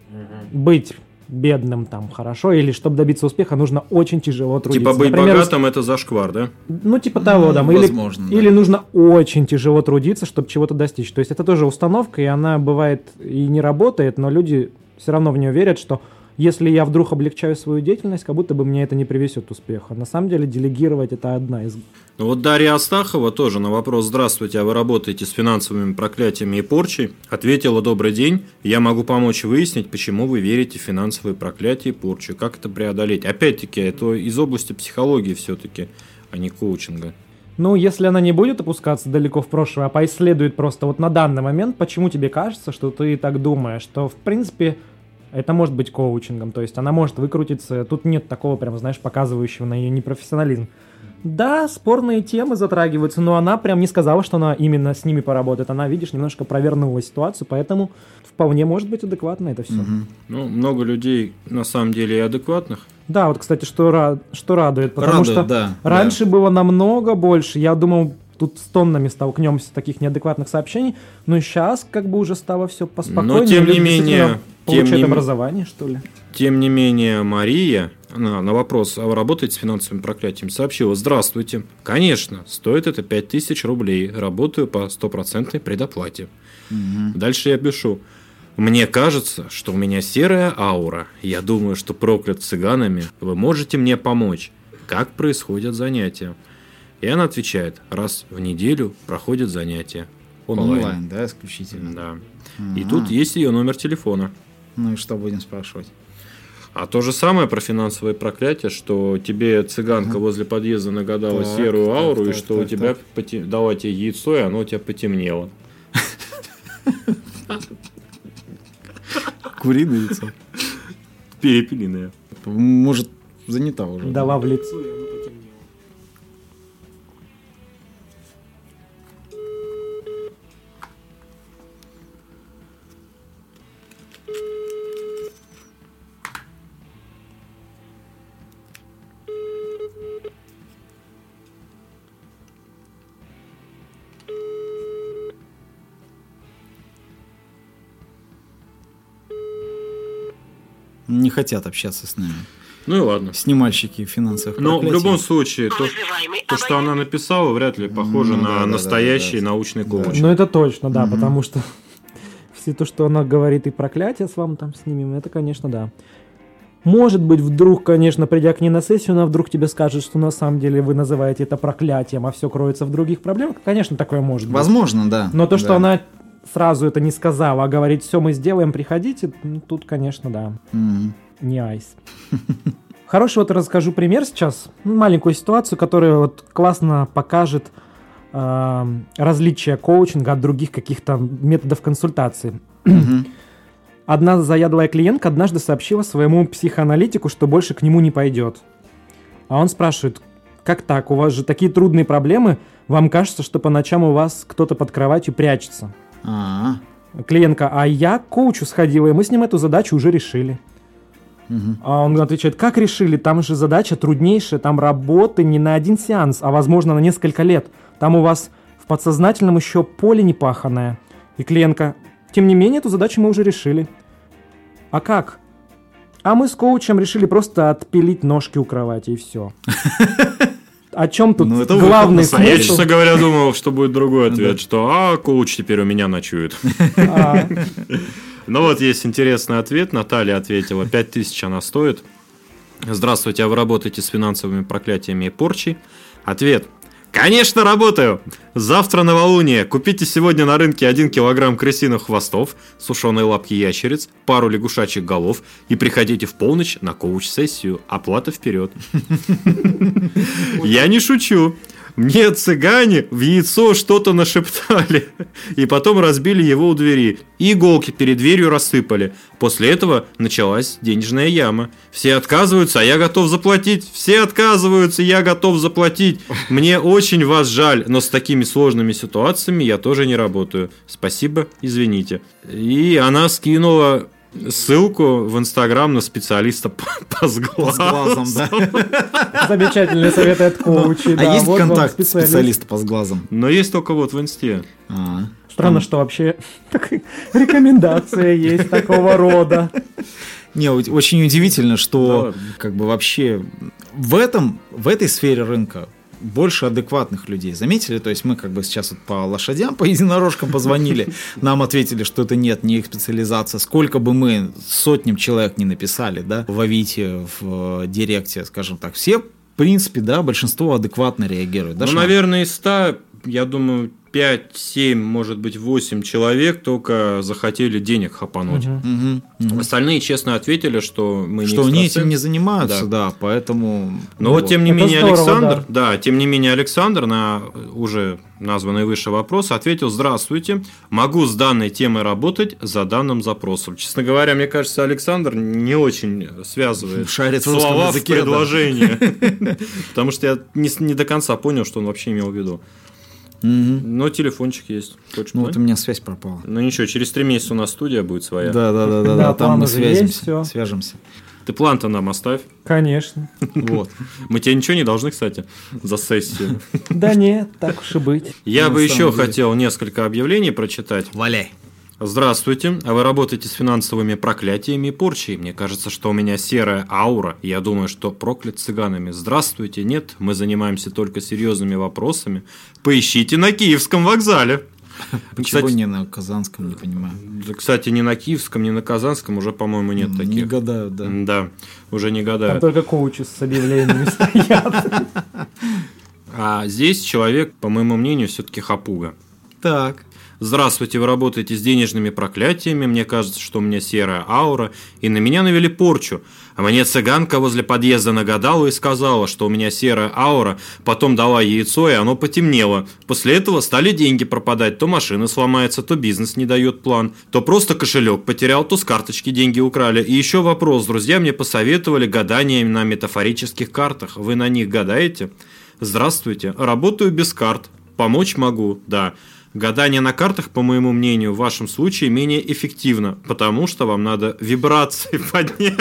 быть бедным там хорошо, или чтобы добиться успеха, нужно очень тяжело трудиться. Типа быть Например, богатым – это зашквар, да? Ну, типа того, да. Возможно, Или нужно очень тяжело трудиться, чтобы чего-то достичь. То есть это тоже установка, и она бывает и не работает, но люди все равно в нее верят, что если я вдруг облегчаю свою деятельность, как будто бы мне это не приведет успеха. На самом деле делегировать – это одна из... Ну вот Дарья Астахова тоже на вопрос «Здравствуйте, а вы работаете с финансовыми проклятиями и порчей?» ответила: «Добрый день, я могу помочь выяснить, почему вы верите в финансовые проклятия и порчу, как это преодолеть». Опять-таки, это из области психологии все-таки, а не коучинга. Ну, если она не будет опускаться далеко в прошлое, а поисследует просто вот на данный момент, почему тебе кажется, что ты так думаешь, что в принципе... Это может быть коучингом, то есть она может выкрутиться, тут нет такого прям, знаешь, показывающего на ее непрофессионализм. Да, спорные темы затрагиваются, но она прям не сказала, что она именно с ними поработает. Она, видишь, немножко провернула ситуацию, поэтому вполне может быть адекватно это все. Ну, много людей на самом деле и адекватных. Да, вот, кстати, что радует, потому что да, раньше было намного больше. Я думал, тут с тоннами столкнемся таких неадекватных сообщений, но сейчас как бы уже стало все поспокойнее. Но тем не менее... Получает образование, что ли? Тем не менее, Мария на вопрос, а вы работаете с финансовым проклятием, сообщила: «Здравствуйте. Конечно, стоит это 5000 рублей. Работаю по 100% предоплате». Дальше я пишу: «Мне кажется, что у меня серая аура. Я думаю, что проклят цыганами. Вы можете мне помочь? Как происходят занятия?» И она отвечает: «Раз в неделю проходят занятия. Онлайн, да, исключительно? Да. И тут есть ее номер телефона». Ну и что будем спрашивать? А то же самое про финансовое проклятие, что тебе цыганка возле подъезда нагадала серую ауру, и что у тебя дала тебе яйцо, и оно у тебя потемнело. Куриное яйцо. Перепелиное. Может, занята уже. Дала в лицо. Не хотят общаться с нами. Ну и ладно. Снимальщики финансовых Но проклятий. в любом случае, то, что она написала, вряд ли похоже на настоящий научный коуч. Ну это точно, да, потому что все то, что она говорит, и проклятие с вами там снимем, это, конечно, да. Может быть, вдруг, конечно, придя к ней на сессию, она вдруг тебе скажет, что на самом деле вы называете это проклятием, а все кроется в других проблемах. Конечно, такое может быть. Возможно, да. Но то, что она сразу это не сказала, а говорит: все мы сделаем, приходите, тут, конечно, да. Не айс. Хороший вот расскажу пример сейчас, маленькую ситуацию, которая вот классно покажет различия коучинга от других каких-то методов консультации. Одна заядлая клиентка однажды сообщила своему психоаналитику, что больше к нему не пойдет. А он спрашивает: как так, у вас же такие трудные проблемы, вам кажется, что по ночам у вас кто-то под кроватью прячется. Клиентка: а я к коучу сходила, и мы с ним эту задачу уже решили. А он отвечает: как решили? Там же задача труднейшая, там работы не на один сеанс, а возможно на несколько лет. Там у вас в подсознательном еще поле непаханное. И клиентка: Тем не менее, эту задачу мы уже решили. А как? А мы с коучем решили просто отпилить ножки у кровати, и все. О чем тут главный смысл? Я, честно говоря, думал, что будет другой ответ, что коуч теперь у меня ночует. Ну вот есть интересный ответ. Наталья ответила, 5000 она стоит. Здравствуйте, а вы работаете с финансовыми проклятиями и порчей? Ответ. Конечно, работаю! Завтра новолуние. Купите сегодня на рынке 1 килограмм крысиных хвостов, сушеные лапки ящериц, пару лягушачьих голов и приходите в полночь на коуч-сессию. Оплата вперед. Я не шучу. Мне цыгане в яйцо что-то нашептали и потом разбили его у двери. И иголки перед дверью рассыпали. После этого началась денежная яма. Все отказываются, а я готов заплатить. Все отказываются, я готов заплатить. Мне очень вас жаль, но с такими сложными ситуациями я тоже не работаю. Спасибо, извините. И она скинула ссылку в Инстаграм на специалиста по сглазам. Да. Замечательные советы от коучей. А есть контакт специалиста по сглазам? Но есть только вот в Инсте. Странно, что вообще рекомендация есть такого рода. Не, очень удивительно, что как бы вообще в этой сфере рынка больше адекватных людей. Заметили? То есть мы как бы сейчас вот по лошадям, по единорожкам позвонили, нам ответили, что это нет, не их специализация. Сколько бы мы сотням человек не написали, да, в Авито, в Директе, скажем так, все, в принципе, да, большинство адекватно реагирует. Да, наверное, из 100, я думаю, 5, 7, может быть, 8 человек только захотели денег хапануть. Остальные честно ответили, что мы не что они этим не занимаются, да, поэтому... Но вот тем не менее Александр, тем не менее Александр на уже названный выше вопрос ответил: здравствуйте, могу с данной темой работать за данным запросом. Честно говоря, мне кажется, Александр не очень связывает слова в предложении, потому что я не до конца понял, что он вообще имел в виду. Но телефончик есть. Вот у меня связь пропала. Ну ничего, через 3 месяца у нас студия будет своя. Да, там мы свяжемся. Ты план-то нам оставь. Конечно. Вот. Мы тебе ничего не должны, кстати, за сессию. Да нет, так уж и быть. Я бы еще хотел несколько объявлений прочитать. Валяй. Здравствуйте, а вы работаете с финансовыми проклятиями и порчей? Мне кажется, что у меня серая аура. Я думаю, что проклят цыганами. Здравствуйте, нет, мы занимаемся только серьезными вопросами. Поищите на Киевском вокзале. Почему не на Казанском, не понимаю. Кстати, ни на Киевском, ни на Казанском уже, по-моему, нет таких. Не гадают, да. Да, уже не гадают. Там только коучи с объявлениями стоят. А здесь человек, по моему мнению, все-таки хапуга. Так. Здравствуйте, вы работаете с денежными проклятиями. Мне кажется, что у меня серая аура, и на меня навели порчу. А мне цыганка возле подъезда нагадала и сказала, что у меня серая аура, потом дала яйцо, и оно потемнело. После этого стали деньги пропадать. То машина сломается, то бизнес не дает план, то просто кошелек потерял, то с карточки деньги украли. И еще вопрос. Друзья мне посоветовали гадание на метафорических картах. Вы на них гадаете? Здравствуйте, работаю без карт. Помочь могу, да. Гадание на картах, по моему мнению, в вашем случае менее эффективно, потому что вам надо вибрации поднять.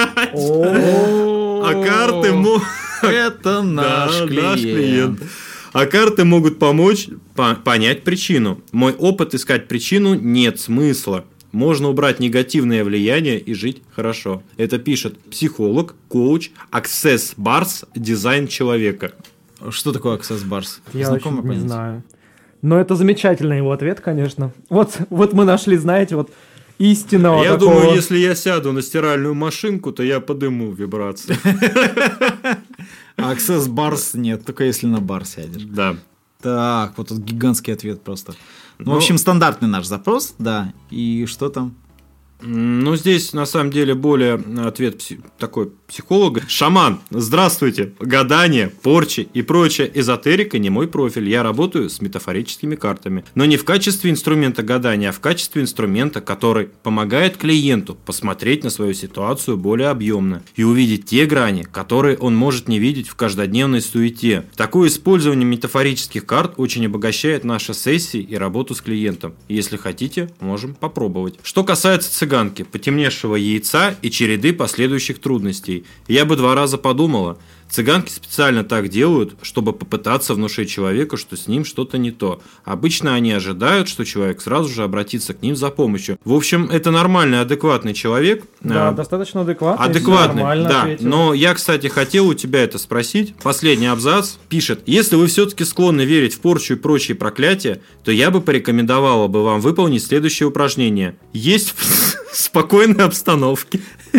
А карты могут... Это наш клиент. А карты могут помочь понять причину. Мой опыт искать причину нет смысла. Можно убрать негативное влияние и жить хорошо. Это пишет психолог, коуч, Access Bars, дизайн человека. Что такое Access Bars? Я не знаю. Но это замечательный его ответ, конечно. Вот мы нашли, знаете, вот истинного я такого... думаю, если я сяду на стиральную машинку, то я подыму вибрации. Access Bars нет, только если на бар сядешь. Да. Так, вот тут гигантский ответ просто. Ну, в общем, стандартный наш запрос, да. И что там? Ну, здесь, на самом деле, более ответ такой психолога. Шаман, здравствуйте. Гадание, порчи и прочая эзотерика не мой профиль. Я работаю с метафорическими картами. Но не в качестве инструмента гадания, а в качестве инструмента, который помогает клиенту посмотреть на свою ситуацию более объемно и увидеть те грани, которые он может не видеть в каждодневной суете. Такое использование метафорических карт очень обогащает наши сессии и работу с клиентом. Если хотите, можем попробовать. Что касается цыганки, потемневшего яйца и череды последующих трудностей, я бы 2 раза подумала. Цыганки специально так делают, чтобы попытаться внушить человеку, что с ним что-то не то. Обычно они ожидают, что человек сразу же обратится к ним за помощью. В общем, это нормальный, адекватный человек. Да, достаточно адекватный. Адекватный, да. Ответил. Но я, кстати, хотел у тебя это спросить. Последний абзац пишет: если вы все-таки склонны верить в порчу и прочие проклятия, то я бы порекомендовала бы вам выполнить следующее упражнение. Есть в спокойной обстановке,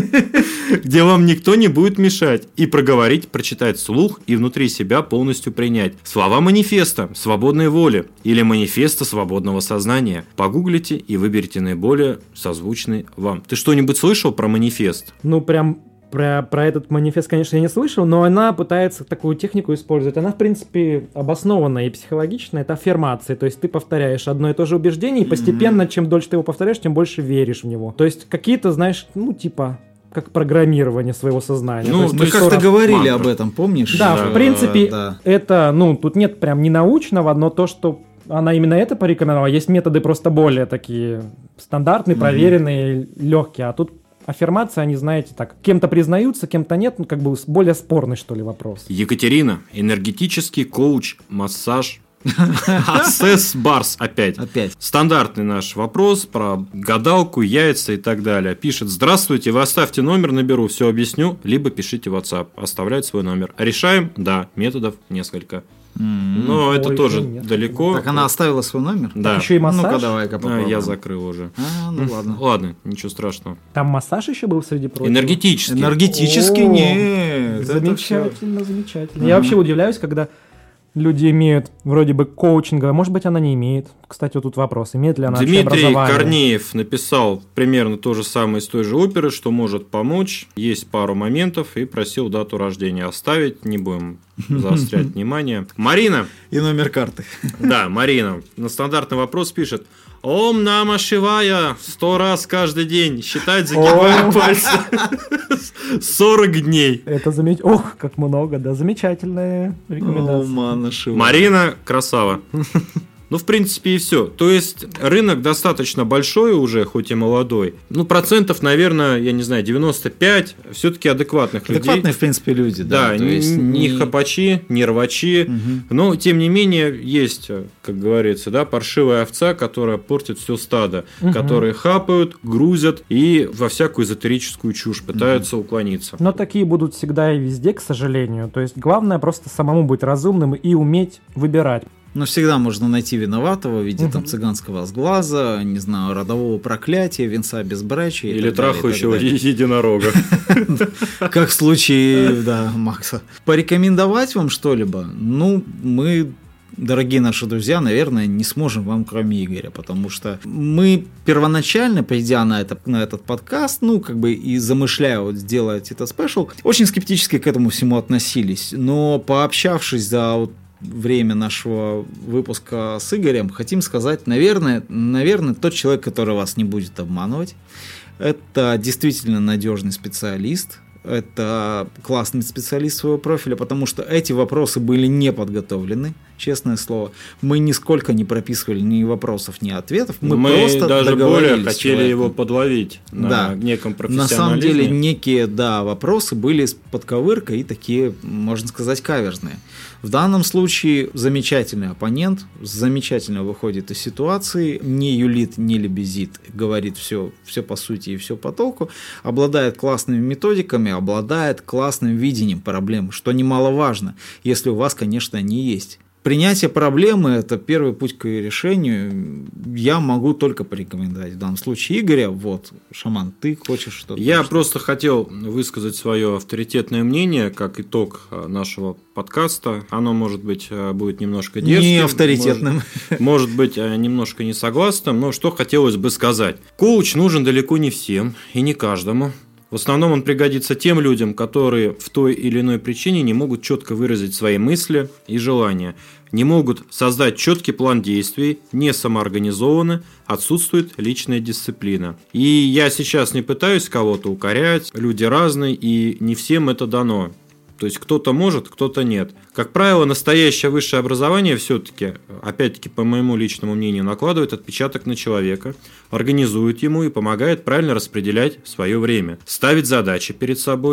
где вам никто не будет мешать, и проговорить, прочитать вслух и внутри себя полностью принять слова манифеста свободной воли или манифеста свободного сознания. Погуглите и выберите наиболее созвучный вам. Ты что-нибудь слышал про манифест? Ну, прям про этот манифест, конечно, я не слышал, но она пытается такую технику использовать. Она, в принципе, обоснованная и психологичная. Это аффирмации. То есть ты повторяешь одно и то же убеждение, и постепенно, чем дольше ты его повторяешь, тем больше веришь в него. То есть какие-то, знаешь, ну, типа... как программирование своего сознания. Ну, мы как-то говорили об этом, помнишь? Да, в принципе, это, ну, тут нет прям не научного, но то, что она именно это порекомендовала, есть методы просто более такие стандартные, проверенные, легкие, а тут аффирмации, они, знаете, так, кем-то признаются, кем-то нет, ну, как бы более спорный, что ли, вопрос. Екатерина, энергетический коуч, массаж, Access Bars опять. Стандартный наш вопрос про гадалку, яйца и так далее. Пишет: здравствуйте, вы оставьте номер, наберу, все объясню, либо пишите в WhatsApp. Оставляет свой номер. Решаем? Да, методов несколько. Но это тоже далеко. Так она оставила свой номер? Да. Еще и массаж? Ну-ка, давай-ка попробуем. Я закрыл уже. Ну ладно. Ладно, ничего страшного. Там массаж еще был среди прочего? Энергетический. Энергетический? Нет. Замечательно, замечательно. Я вообще удивляюсь, когда люди имеют вроде бы коучинговое, может быть, она не имеет. Кстати, вот тут вопрос, имеет ли она вообще Дмитрий образование? Корнеев написал примерно то же самое из той же оперы, что может помочь. Есть пару моментов и просил дату рождения оставить, не будем заострять внимание. Марина. И номер карты. Да, Марина на стандартный вопрос пишет: Ом Нама Шивая 100 раз каждый день, считать, загибая пальцы 40 дней. Это замечательно. Ох, как много, да, замечательная рекомендация. Марина красава. Ну, в принципе, и все. То есть, рынок достаточно большой уже, хоть и молодой. Ну, процентов, наверное, я не знаю, 95 все-таки адекватных людей. Адекватные, в принципе, люди, да. Да, то есть не хапачи, не рвачи. Но, тем не менее, есть, как говорится, да, паршивая овца, которая портит все стадо, которые хапают, грузят и во всякую эзотерическую чушь пытаются уклониться. Но такие будут всегда и везде, к сожалению. То есть, главное просто самому быть разумным и уметь выбирать. Но всегда можно найти виноватого в виде там цыганского сглаза, не знаю, родового проклятия, венца безбрачия. Или трахающего единорога. Как в случае, да, Макса. Порекомендовать вам что-либо? Ну, мы, дорогие наши друзья, наверное, не сможем вам, кроме Игоря, потому что мы первоначально, придя на этот подкаст, ну, как бы и замышляя вот сделать этот спешл, очень скептически к этому всему относились. Но пообщавшись за вот время нашего выпуска с Игорем, хотим сказать, наверное, тот человек, который вас не будет обманывать, это действительно надежный специалист, это классный специалист своего профиля, потому что эти вопросы были не подготовлены, честное слово. Мы нисколько не прописывали ни вопросов, ни ответов. Мы просто даже более хотели человеком. Его подловить на неком профессионализме. На самом деле некие, вопросы были с подковыркой и такие, можно сказать, каверзные. В данном случае замечательный оппонент, замечательно выходит из ситуации, не юлит, не лебезит, говорит все по сути и все по толку, обладает классными методиками, обладает классным видением проблем, что немаловажно, если у вас, конечно, они есть. Принятие проблемы – это первый путь к ее решению. Я могу только порекомендовать в данном случае Игоря. Вот, Шаман, ты хочешь что-то? Я просто хотел высказать свое авторитетное мнение как итог нашего подкаста. Оно, может быть, будет немножко дерзким. Не авторитетным. Может быть, немножко не согласным, но что хотелось бы сказать. Коуч нужен далеко не всем и не каждому. В основном он пригодится тем людям, которые в той или иной причине не могут четко выразить свои мысли и желания, не могут создать четкий план действий, не самоорганизованы, отсутствует личная дисциплина. И я сейчас не пытаюсь кого-то укорять, люди разные, и не всем это дано. То есть кто-то может, кто-то нет. Как правило, настоящее высшее образование все-таки, опять-таки, по моему личному мнению, накладывает отпечаток на человека, организует ему и помогает правильно распределять свое время, ставить задачи перед собой,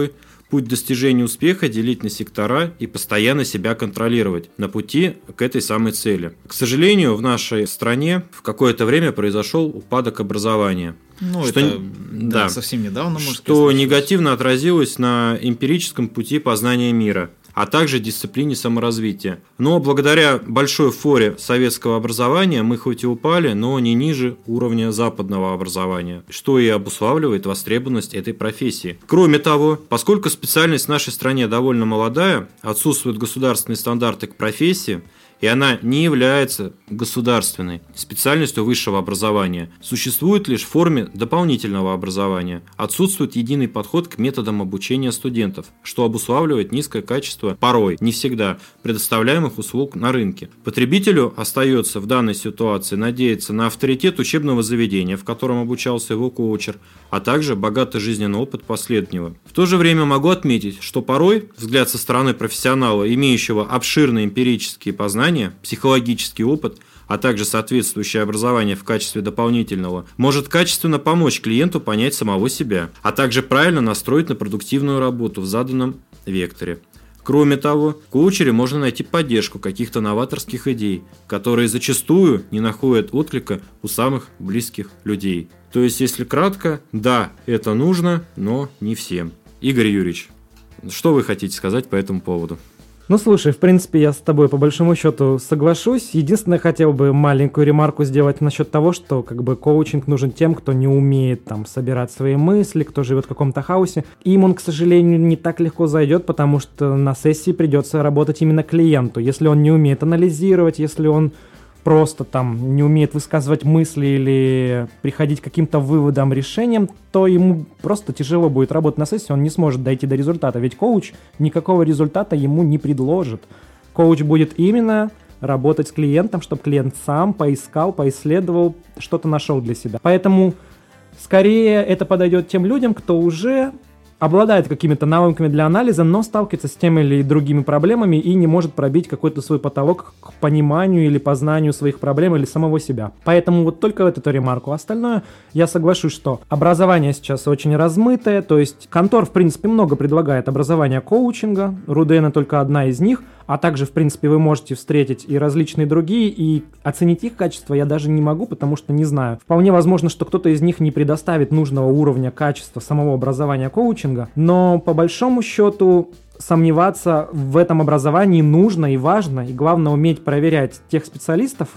Путь достижения успеха делить на сектора и постоянно себя контролировать на пути к этой самой цели. К сожалению, в нашей стране в какое-то время произошел упадок образования. Ну, что, это да, совсем недавно, может сказать, что негативно отразилось на эмпирическом пути познания мира, а также дисциплине саморазвития. Но благодаря большой форе советского образования мы хоть и упали, но не ниже уровня западного образования, что и обуславливает востребованность этой профессии. Кроме того, поскольку специальность в нашей стране довольно молодая, отсутствуют государственные стандарты к профессии, и она не является государственной специальностью высшего образования, существует лишь в форме дополнительного образования. Отсутствует единый подход к методам обучения студентов, что обуславливает низкое качество, порой, не всегда, предоставляемых услуг на рынке. Потребителю остается в данной ситуации надеяться на авторитет учебного заведения, в котором обучался его коучер, а также богатый жизненный опыт последнего. В то же время могу отметить, что порой взгляд со стороны профессионала, имеющего обширные эмпирические познания, психологический опыт, а также соответствующее образование в качестве дополнительного, может качественно помочь клиенту понять самого себя, а также правильно настроить на продуктивную работу в заданном векторе. Кроме того, в коучере можно найти поддержку каких-то новаторских идей, которые зачастую не находят отклика у самых близких людей. То есть, если кратко, да, это нужно, но не всем. Игорь Юрьевич, что вы хотите сказать по этому поводу? Ну, слушай, в принципе, я с тобой по большому счету соглашусь. Единственное, хотел бы маленькую ремарку сделать насчет того, что как бы коучинг нужен тем, кто не умеет там собирать свои мысли, кто живет в каком-то хаосе. Им он, к сожалению, не так легко зайдет, потому что на сессии придется работать именно клиенту. Если он не умеет анализировать, если он просто там не умеет высказывать мысли или приходить к каким-то выводам, решениям, то ему просто тяжело будет работать на сессии, он не сможет дойти до результата, ведь коуч никакого результата ему не предложит. Коуч будет именно работать с клиентом, чтобы клиент сам поискал, поисследовал, что-то нашел для себя. Поэтому скорее это подойдет тем людям, кто уже обладает какими-то навыками для анализа, но сталкивается с теми или другими проблемами и не может пробить какой-то свой потолок к пониманию или познанию своих проблем или самого себя. Поэтому вот только вот эту ремарку. Остальное я соглашусь, что образование сейчас очень размытое, то есть контор, в принципе, много предлагает образования коучинга, Рудена только одна из них, а также, в принципе, вы можете встретить и различные другие, и оценить их качество я даже не могу, потому что не знаю. Вполне возможно, что кто-то из них не предоставит нужного уровня качества самого образования коучинга, но по большому счету сомневаться в этом образовании нужно и важно, и главное уметь проверять тех специалистов,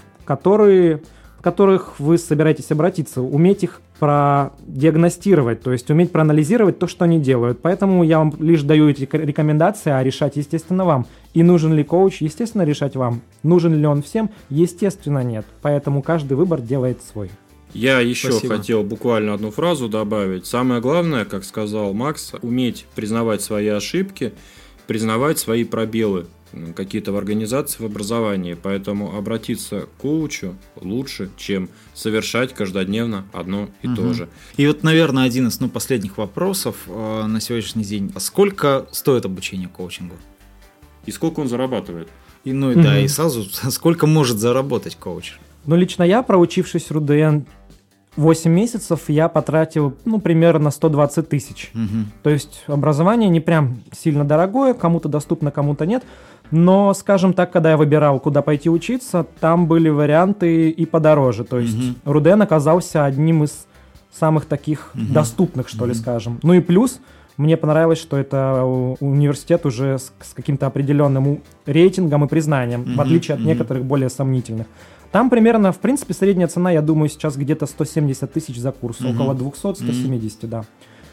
в которых вы собираетесь обратиться, уметь их продиагностировать, то есть уметь проанализировать то, что они делают. Поэтому я вам лишь даю эти рекомендации, а решать, естественно, вам. И нужен ли коуч, естественно, решать вам. Нужен ли он всем, естественно, нет. Поэтому каждый выбор делает свой. Я еще хотел буквально одну фразу добавить. Самое главное, как сказал Макс, уметь признавать свои ошибки, признавать свои пробелы какие-то в организации, в образовании. Поэтому обратиться к коучу лучше, чем совершать каждодневно одно и то же. И вот, наверное, один из последних вопросов на сегодняшний день. Сколько стоит обучение коучингу? И сколько он зарабатывает? И, да, и сразу, сколько может заработать коуч? Ну, лично я, проучившись Руден 8 месяцев, я потратил, примерно 120 тысяч. То есть образование не прям сильно дорогое, кому-то доступно, кому-то нет. Но, скажем так, когда я выбирал, куда пойти учиться, там были варианты и подороже. То есть Руден оказался одним из самых таких доступных, что ли, скажем. Ну и плюс мне понравилось, что это университет уже с каким-то определенным рейтингом и признанием, в отличие от некоторых более сомнительных. Там примерно, в принципе, средняя цена, я думаю, сейчас где-то 170 тысяч за курс, около 200-170, да.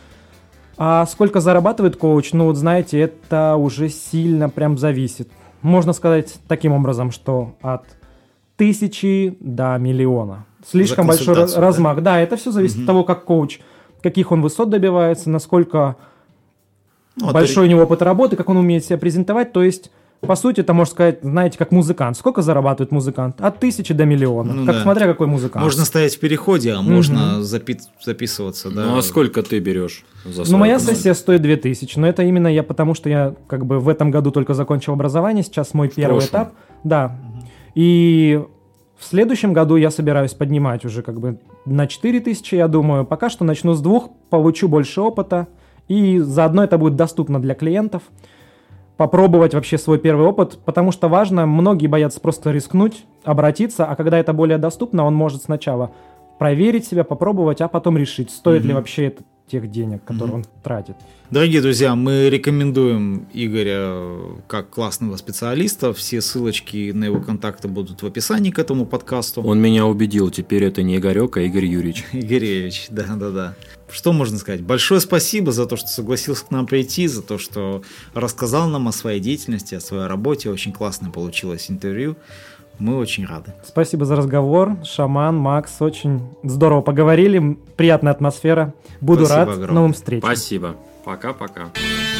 А сколько зарабатывает коуч? Ну, вот знаете, это уже сильно прям зависит. Можно сказать таким образом, что от 1000 до миллиона. Слишком большой размах. Да, это все зависит от того, как коуч, каких он высот добивается, насколько большой у него опыт работы, как он умеет себя презентовать. То есть, по сути, это можно сказать, знаете, как музыкант. Сколько зарабатывает музыкант? От 1000 до миллиона. Смотря какой музыкант. Можно стоять в переходе, а можно записываться. Да. Ну, а сколько ты берешь за свою моя сессия стоит 2000. Но это именно потому что я как бы в этом году только закончил образование. Сейчас мой первый этап. Да. И в следующем году я собираюсь поднимать уже как бы на 4000, я думаю. Пока что начну с 2, получу больше опыта. И заодно это будет доступно для клиентов. Попробовать вообще свой первый опыт, потому что важно, многие боятся просто рискнуть, обратиться, а когда это более доступно, он может сначала проверить себя, попробовать, а потом решить, стоит ли вообще это тех денег, которые он тратит. Дорогие друзья, мы рекомендуем Игоря как классного специалиста. Все ссылочки на его контакты будут в описании к этому подкасту. Он меня убедил, теперь это не Игорек, а Игорь Юрьевич. Игоревич, да. Что можно сказать? Большое спасибо за то, что согласился к нам прийти, за то, что рассказал нам о своей деятельности, о своей работе. Очень классно получилось интервью. Мы очень рады. Спасибо за разговор, Шаман, Макс. Очень здорово поговорили. Приятная атмосфера. Буду рад новым встречам. Спасибо. Пока-пока.